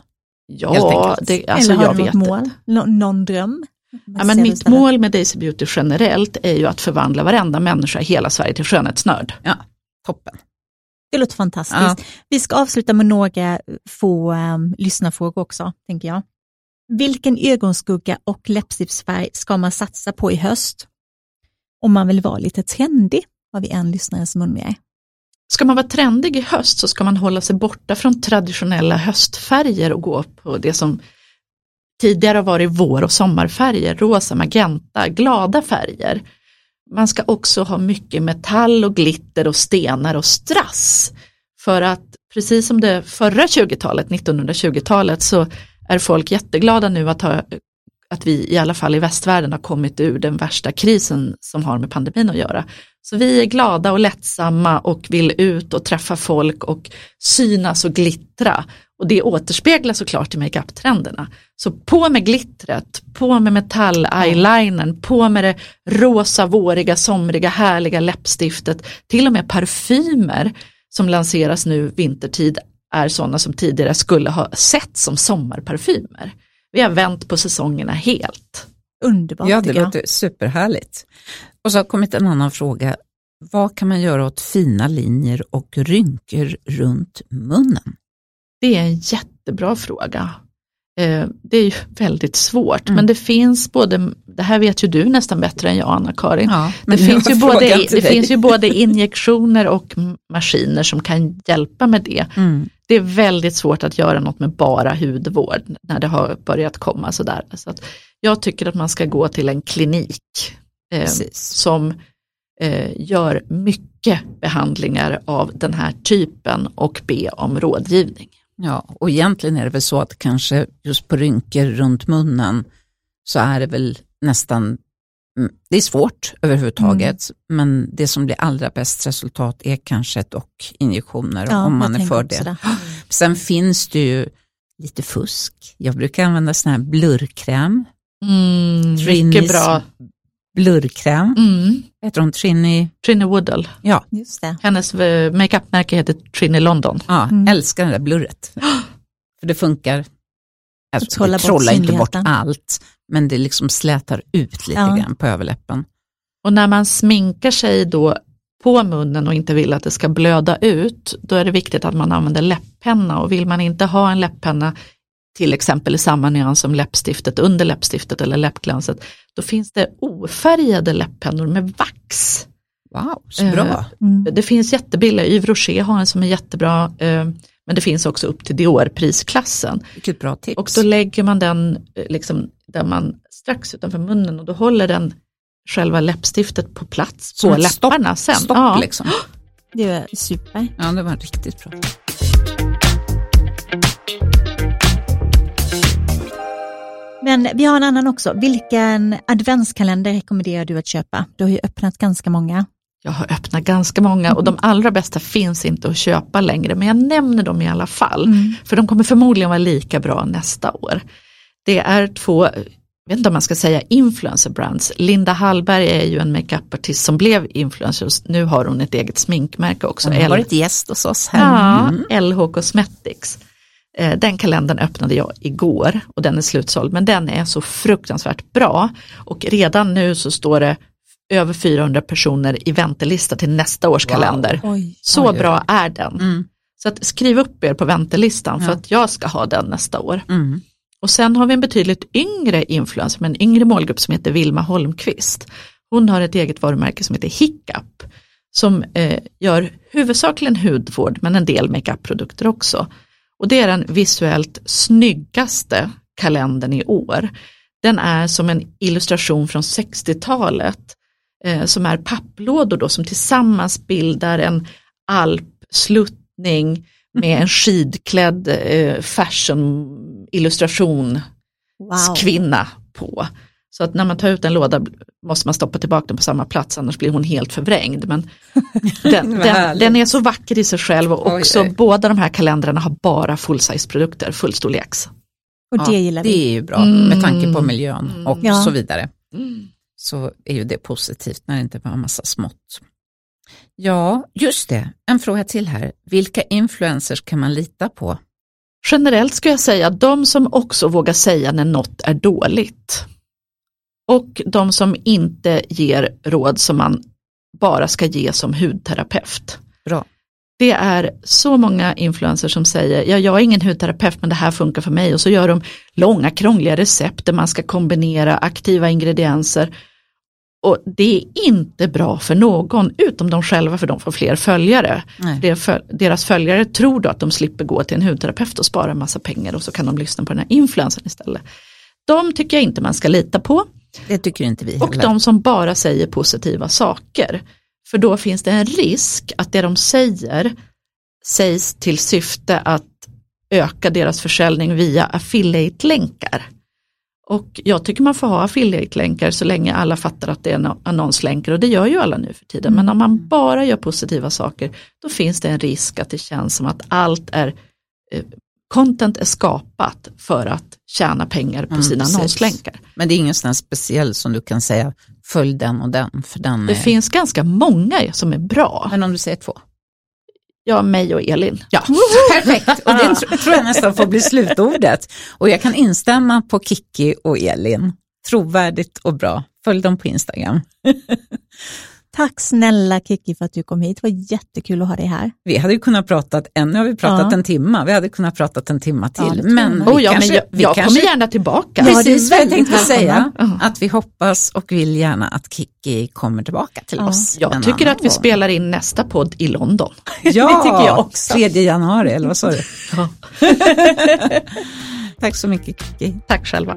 Ja, det, alltså eller har jag du vet något mål? Nå- någon dröm? Ja, men mitt mål med Daisy Beauty generellt är ju att förvandla varenda människa i hela Sverige till skönhetsnörd. Ja, toppen. Det låter fantastiskt. Ja. Vi ska avsluta med några få um, lyssnarfrågor också, tänker jag. Vilken ögonskugga och läppstiftsfärg ska man satsa på i höst? Om man vill vara lite trendig, har vi en lyssnare som undrar. Ska man vara trendig i höst så ska man hålla sig borta från traditionella höstfärger och gå på det som tidigare har varit vår- och sommarfärger, rosa, magenta, glada färger. Man ska också ha mycket metall och glitter och stenar och strass. För att precis som det förra tjugotalet, nittonhundratjugotalet, så är folk jätteglada nu att, ha, att vi i alla fall i västvärlden har kommit ur den värsta krisen som har med pandemin att göra. Så vi är glada och lättsamma och vill ut och träffa folk och synas och glittra. Och det återspeglar såklart i make-up-trenderna. Så på med glittret, på med metall-eyelinern, på med det rosa, våriga, somriga, härliga läppstiftet. Till och med parfymer som lanseras nu vintertid är sådana som tidigare skulle ha sett som sommarparfymer. Vi har vänt på säsongerna helt. Underbart. Ja, det låter superhärligt. Och så har kommit en annan fråga. Vad kan man göra åt fina linjer och rynkor runt munnen? Det är en jättebra fråga. Eh, det är ju väldigt svårt. Mm. Men det finns både, det här vet ju du nästan bättre än jag, Anna-Karin. Ja, det finns, ju både, det finns ju både injektioner och maskiner som kan hjälpa med det. Mm. Det är väldigt svårt att göra något med bara hudvård när det har börjat komma sådär. Så att jag tycker att man ska gå till en klinik eh, som eh, gör mycket behandlingar av den här typen och be om rådgivning. Ja, och egentligen är det väl så att kanske just på rynkor runt munnen så är det väl nästan, det är svårt överhuvudtaget, mm. men det som blir allra bäst resultat är kanske ett och injektioner ja, om man är för det. det. Sen finns det ju lite fusk. Jag brukar använda sån här blurrkräm Mm, Trinnys mycket bra. blurrkräm. Mm. Heter hon Trinny? Trinny Woodall. Ja. Just det. Hennes eh, makeupmärke heter Trinny London. Ja, Mm. älskar det där blurret. För det funkar. Alltså, Att hålla det bort trollar inte bort synligheten. allt, men det liksom slätar ut lite Ja. grann på överläppen. Och när man sminkar sig då på munnen och inte vill att det ska blöda ut, då är det viktigt att man använder läpppenna. Och vill man inte ha en läpppenna till exempel i samma nyans som läppstiftet, under läppstiftet eller läppglanset, då finns det ofärgade läpppennor med vax. Wow, så bra. Mm. Det finns jättebilliga, Yves Rocher har en som är jättebra, eh, men det finns också upp till Dior-prisklassen. Vilket bra tips. Och då lägger man den eh, liksom, där man strax utanför munnen och då håller den själva läppstiftet på plats Som på ett läpparna stopp, sen. stopp Ja. liksom. Det är super. Ja, det var riktigt bra. Men vi har en annan också. Vilken adventskalender rekommenderar du att köpa? Du har ju öppnat ganska många. Jag har öppnat ganska många och de allra bästa finns inte att köpa längre, men jag nämner dem i alla fall. Mm. För de kommer förmodligen vara lika bra nästa år. Det är två, jag vet inte om man ska säga influencer brands. Linda Hallberg är ju en makeupartist som blev influencer. Nu har hon ett eget sminkmärke också. Hon har L- varit gäst hos oss här. Ja, Mm. L H Cosmetics. Eh, Den kalendern öppnade jag igår och den är slutsåld, men den är så fruktansvärt bra. Och redan nu så står det över fyrahundra personer i väntelista till nästa års Wow. kalender. Oj. Så Oj. bra är den. Mm. Så att skriv upp er på väntelistan för Ja. att jag ska ha den nästa år. Mm. Och sen har vi en betydligt yngre influencer, men en yngre målgrupp som heter Vilma Holmqvist. Hon har ett eget varumärke som heter Hiccup som eh, gör huvudsakligen hudvård men en del makeup-produkter också. Och det är den visuellt snyggaste kalendern i år. Den är som en illustration från sextiotalet eh, som är papplådor då, som tillsammans bildar en alpsluttning med en skidklädd eh, fashion-illustration Wow. kvinna på. Så att när man tar ut en låda måste man stoppa tillbaka den på samma plats, annars blir hon helt förvrängd. Men den, Vad den, härligt. den är så vacker i sig själv och Oj, också oj. båda de här kalendrarna har bara full-size-produkter, fullstorleks. Och det Ja, gillar det vi. är ju bra Mm. med tanke på miljön och Ja. så vidare. Så är ju det positivt när det inte var en massa smått. Ja, just det. En fråga till här. Vilka influencers kan man lita på? Generellt ska jag säga de som också vågar säga när något är dåligt. Och de som inte ger råd som man bara ska ge som hudterapeut. Bra. Det är så många influencers som säger, ja, jag är ingen hudterapeut men det här funkar för mig. Och så gör de långa krångliga recept där man ska kombinera aktiva ingredienser. Och det är inte bra för någon utom de själva, för de får fler följare. Nej. Deras följare tror då att de slipper gå till en hudterapeut och spara en massa pengar och så kan de lyssna på den här influencern istället. De tycker jag inte man ska lita på. Det tycker inte vi heller. Och de som bara säger positiva saker. För då finns det en risk att det de säger sägs till syfte att öka deras försäljning via affiliate-länkar. Och jag tycker man får ha affiliate-länkar så länge alla fattar att det är en annonslänkar, och det gör ju alla nu för tiden. Men om man bara gör positiva saker, då finns det en risk att det känns som att allt är eh, content är skapat för att tjäna pengar på Mm, sina precis. annonslänkar. Men det är ingen sån här speciell som du kan säga följ den och den. För den Det är... finns ganska många som är bra. Men om du säger två? Ja, mig och Elin. Ja, perfekt. Och det tr- tror jag nästan får bli slutordet. Och jag kan instämma på Kiki och Elin. Trovärdigt och bra. Följ dem på Instagram. Tack snälla Kiki för att du kom hit. Det var jättekul att ha dig här. Vi hade ju kunnat prata, ännu har vi pratat Ja. en timma. Vi hade kunnat prata en timma till. Ja, det tror men jag. vi Oh, ja, kanske, men jag vi jag kanske, kommer gärna tillbaka. Ja, det är Precis vad jag väldigt tänkte säga. välkomna. Att vi hoppas och vill gärna att Kiki kommer tillbaka till Ja. oss. Jag en tycker annan att vi gång. spelar in nästa podd i London. Ja, Det tycker jag också. tredje januari, eller vad sa du? Ja. Tack så mycket Kiki. Tack själva.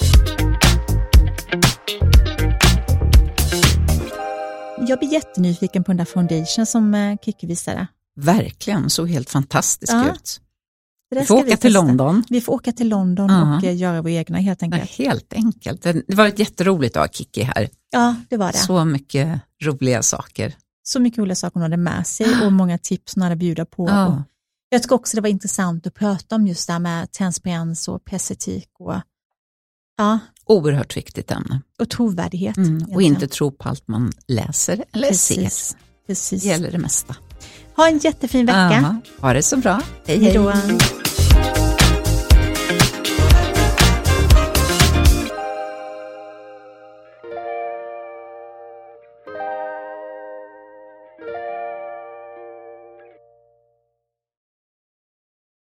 Jag blir jättenyfiken på den där foundation som eh, Kiki visade. Verkligen, såg helt fantastisk Ja. ut. Det där Vi ska får åka till testa. London. Vi får åka till London Ja. och eh, göra vår egna helt Ja, enkelt. helt enkelt. Det det var ett jätteroligt att ha Kiki här. Ja, det var det. Så, Så mycket roliga saker. mycket roliga saker hon hade med sig och många tips hon hade bjuda på. Och Ja. jag tycker också det var intressant att prata om just det här med transparens och pestetik och Ja. Oerhört viktigt ämne. Och trovärdighet. Mm. Och inte tro på allt man läser eller Precis. ser. Precis. Det gäller det mesta. Ha en jättefin vecka. Aha. Ha det så bra. Hej hej. Hej då.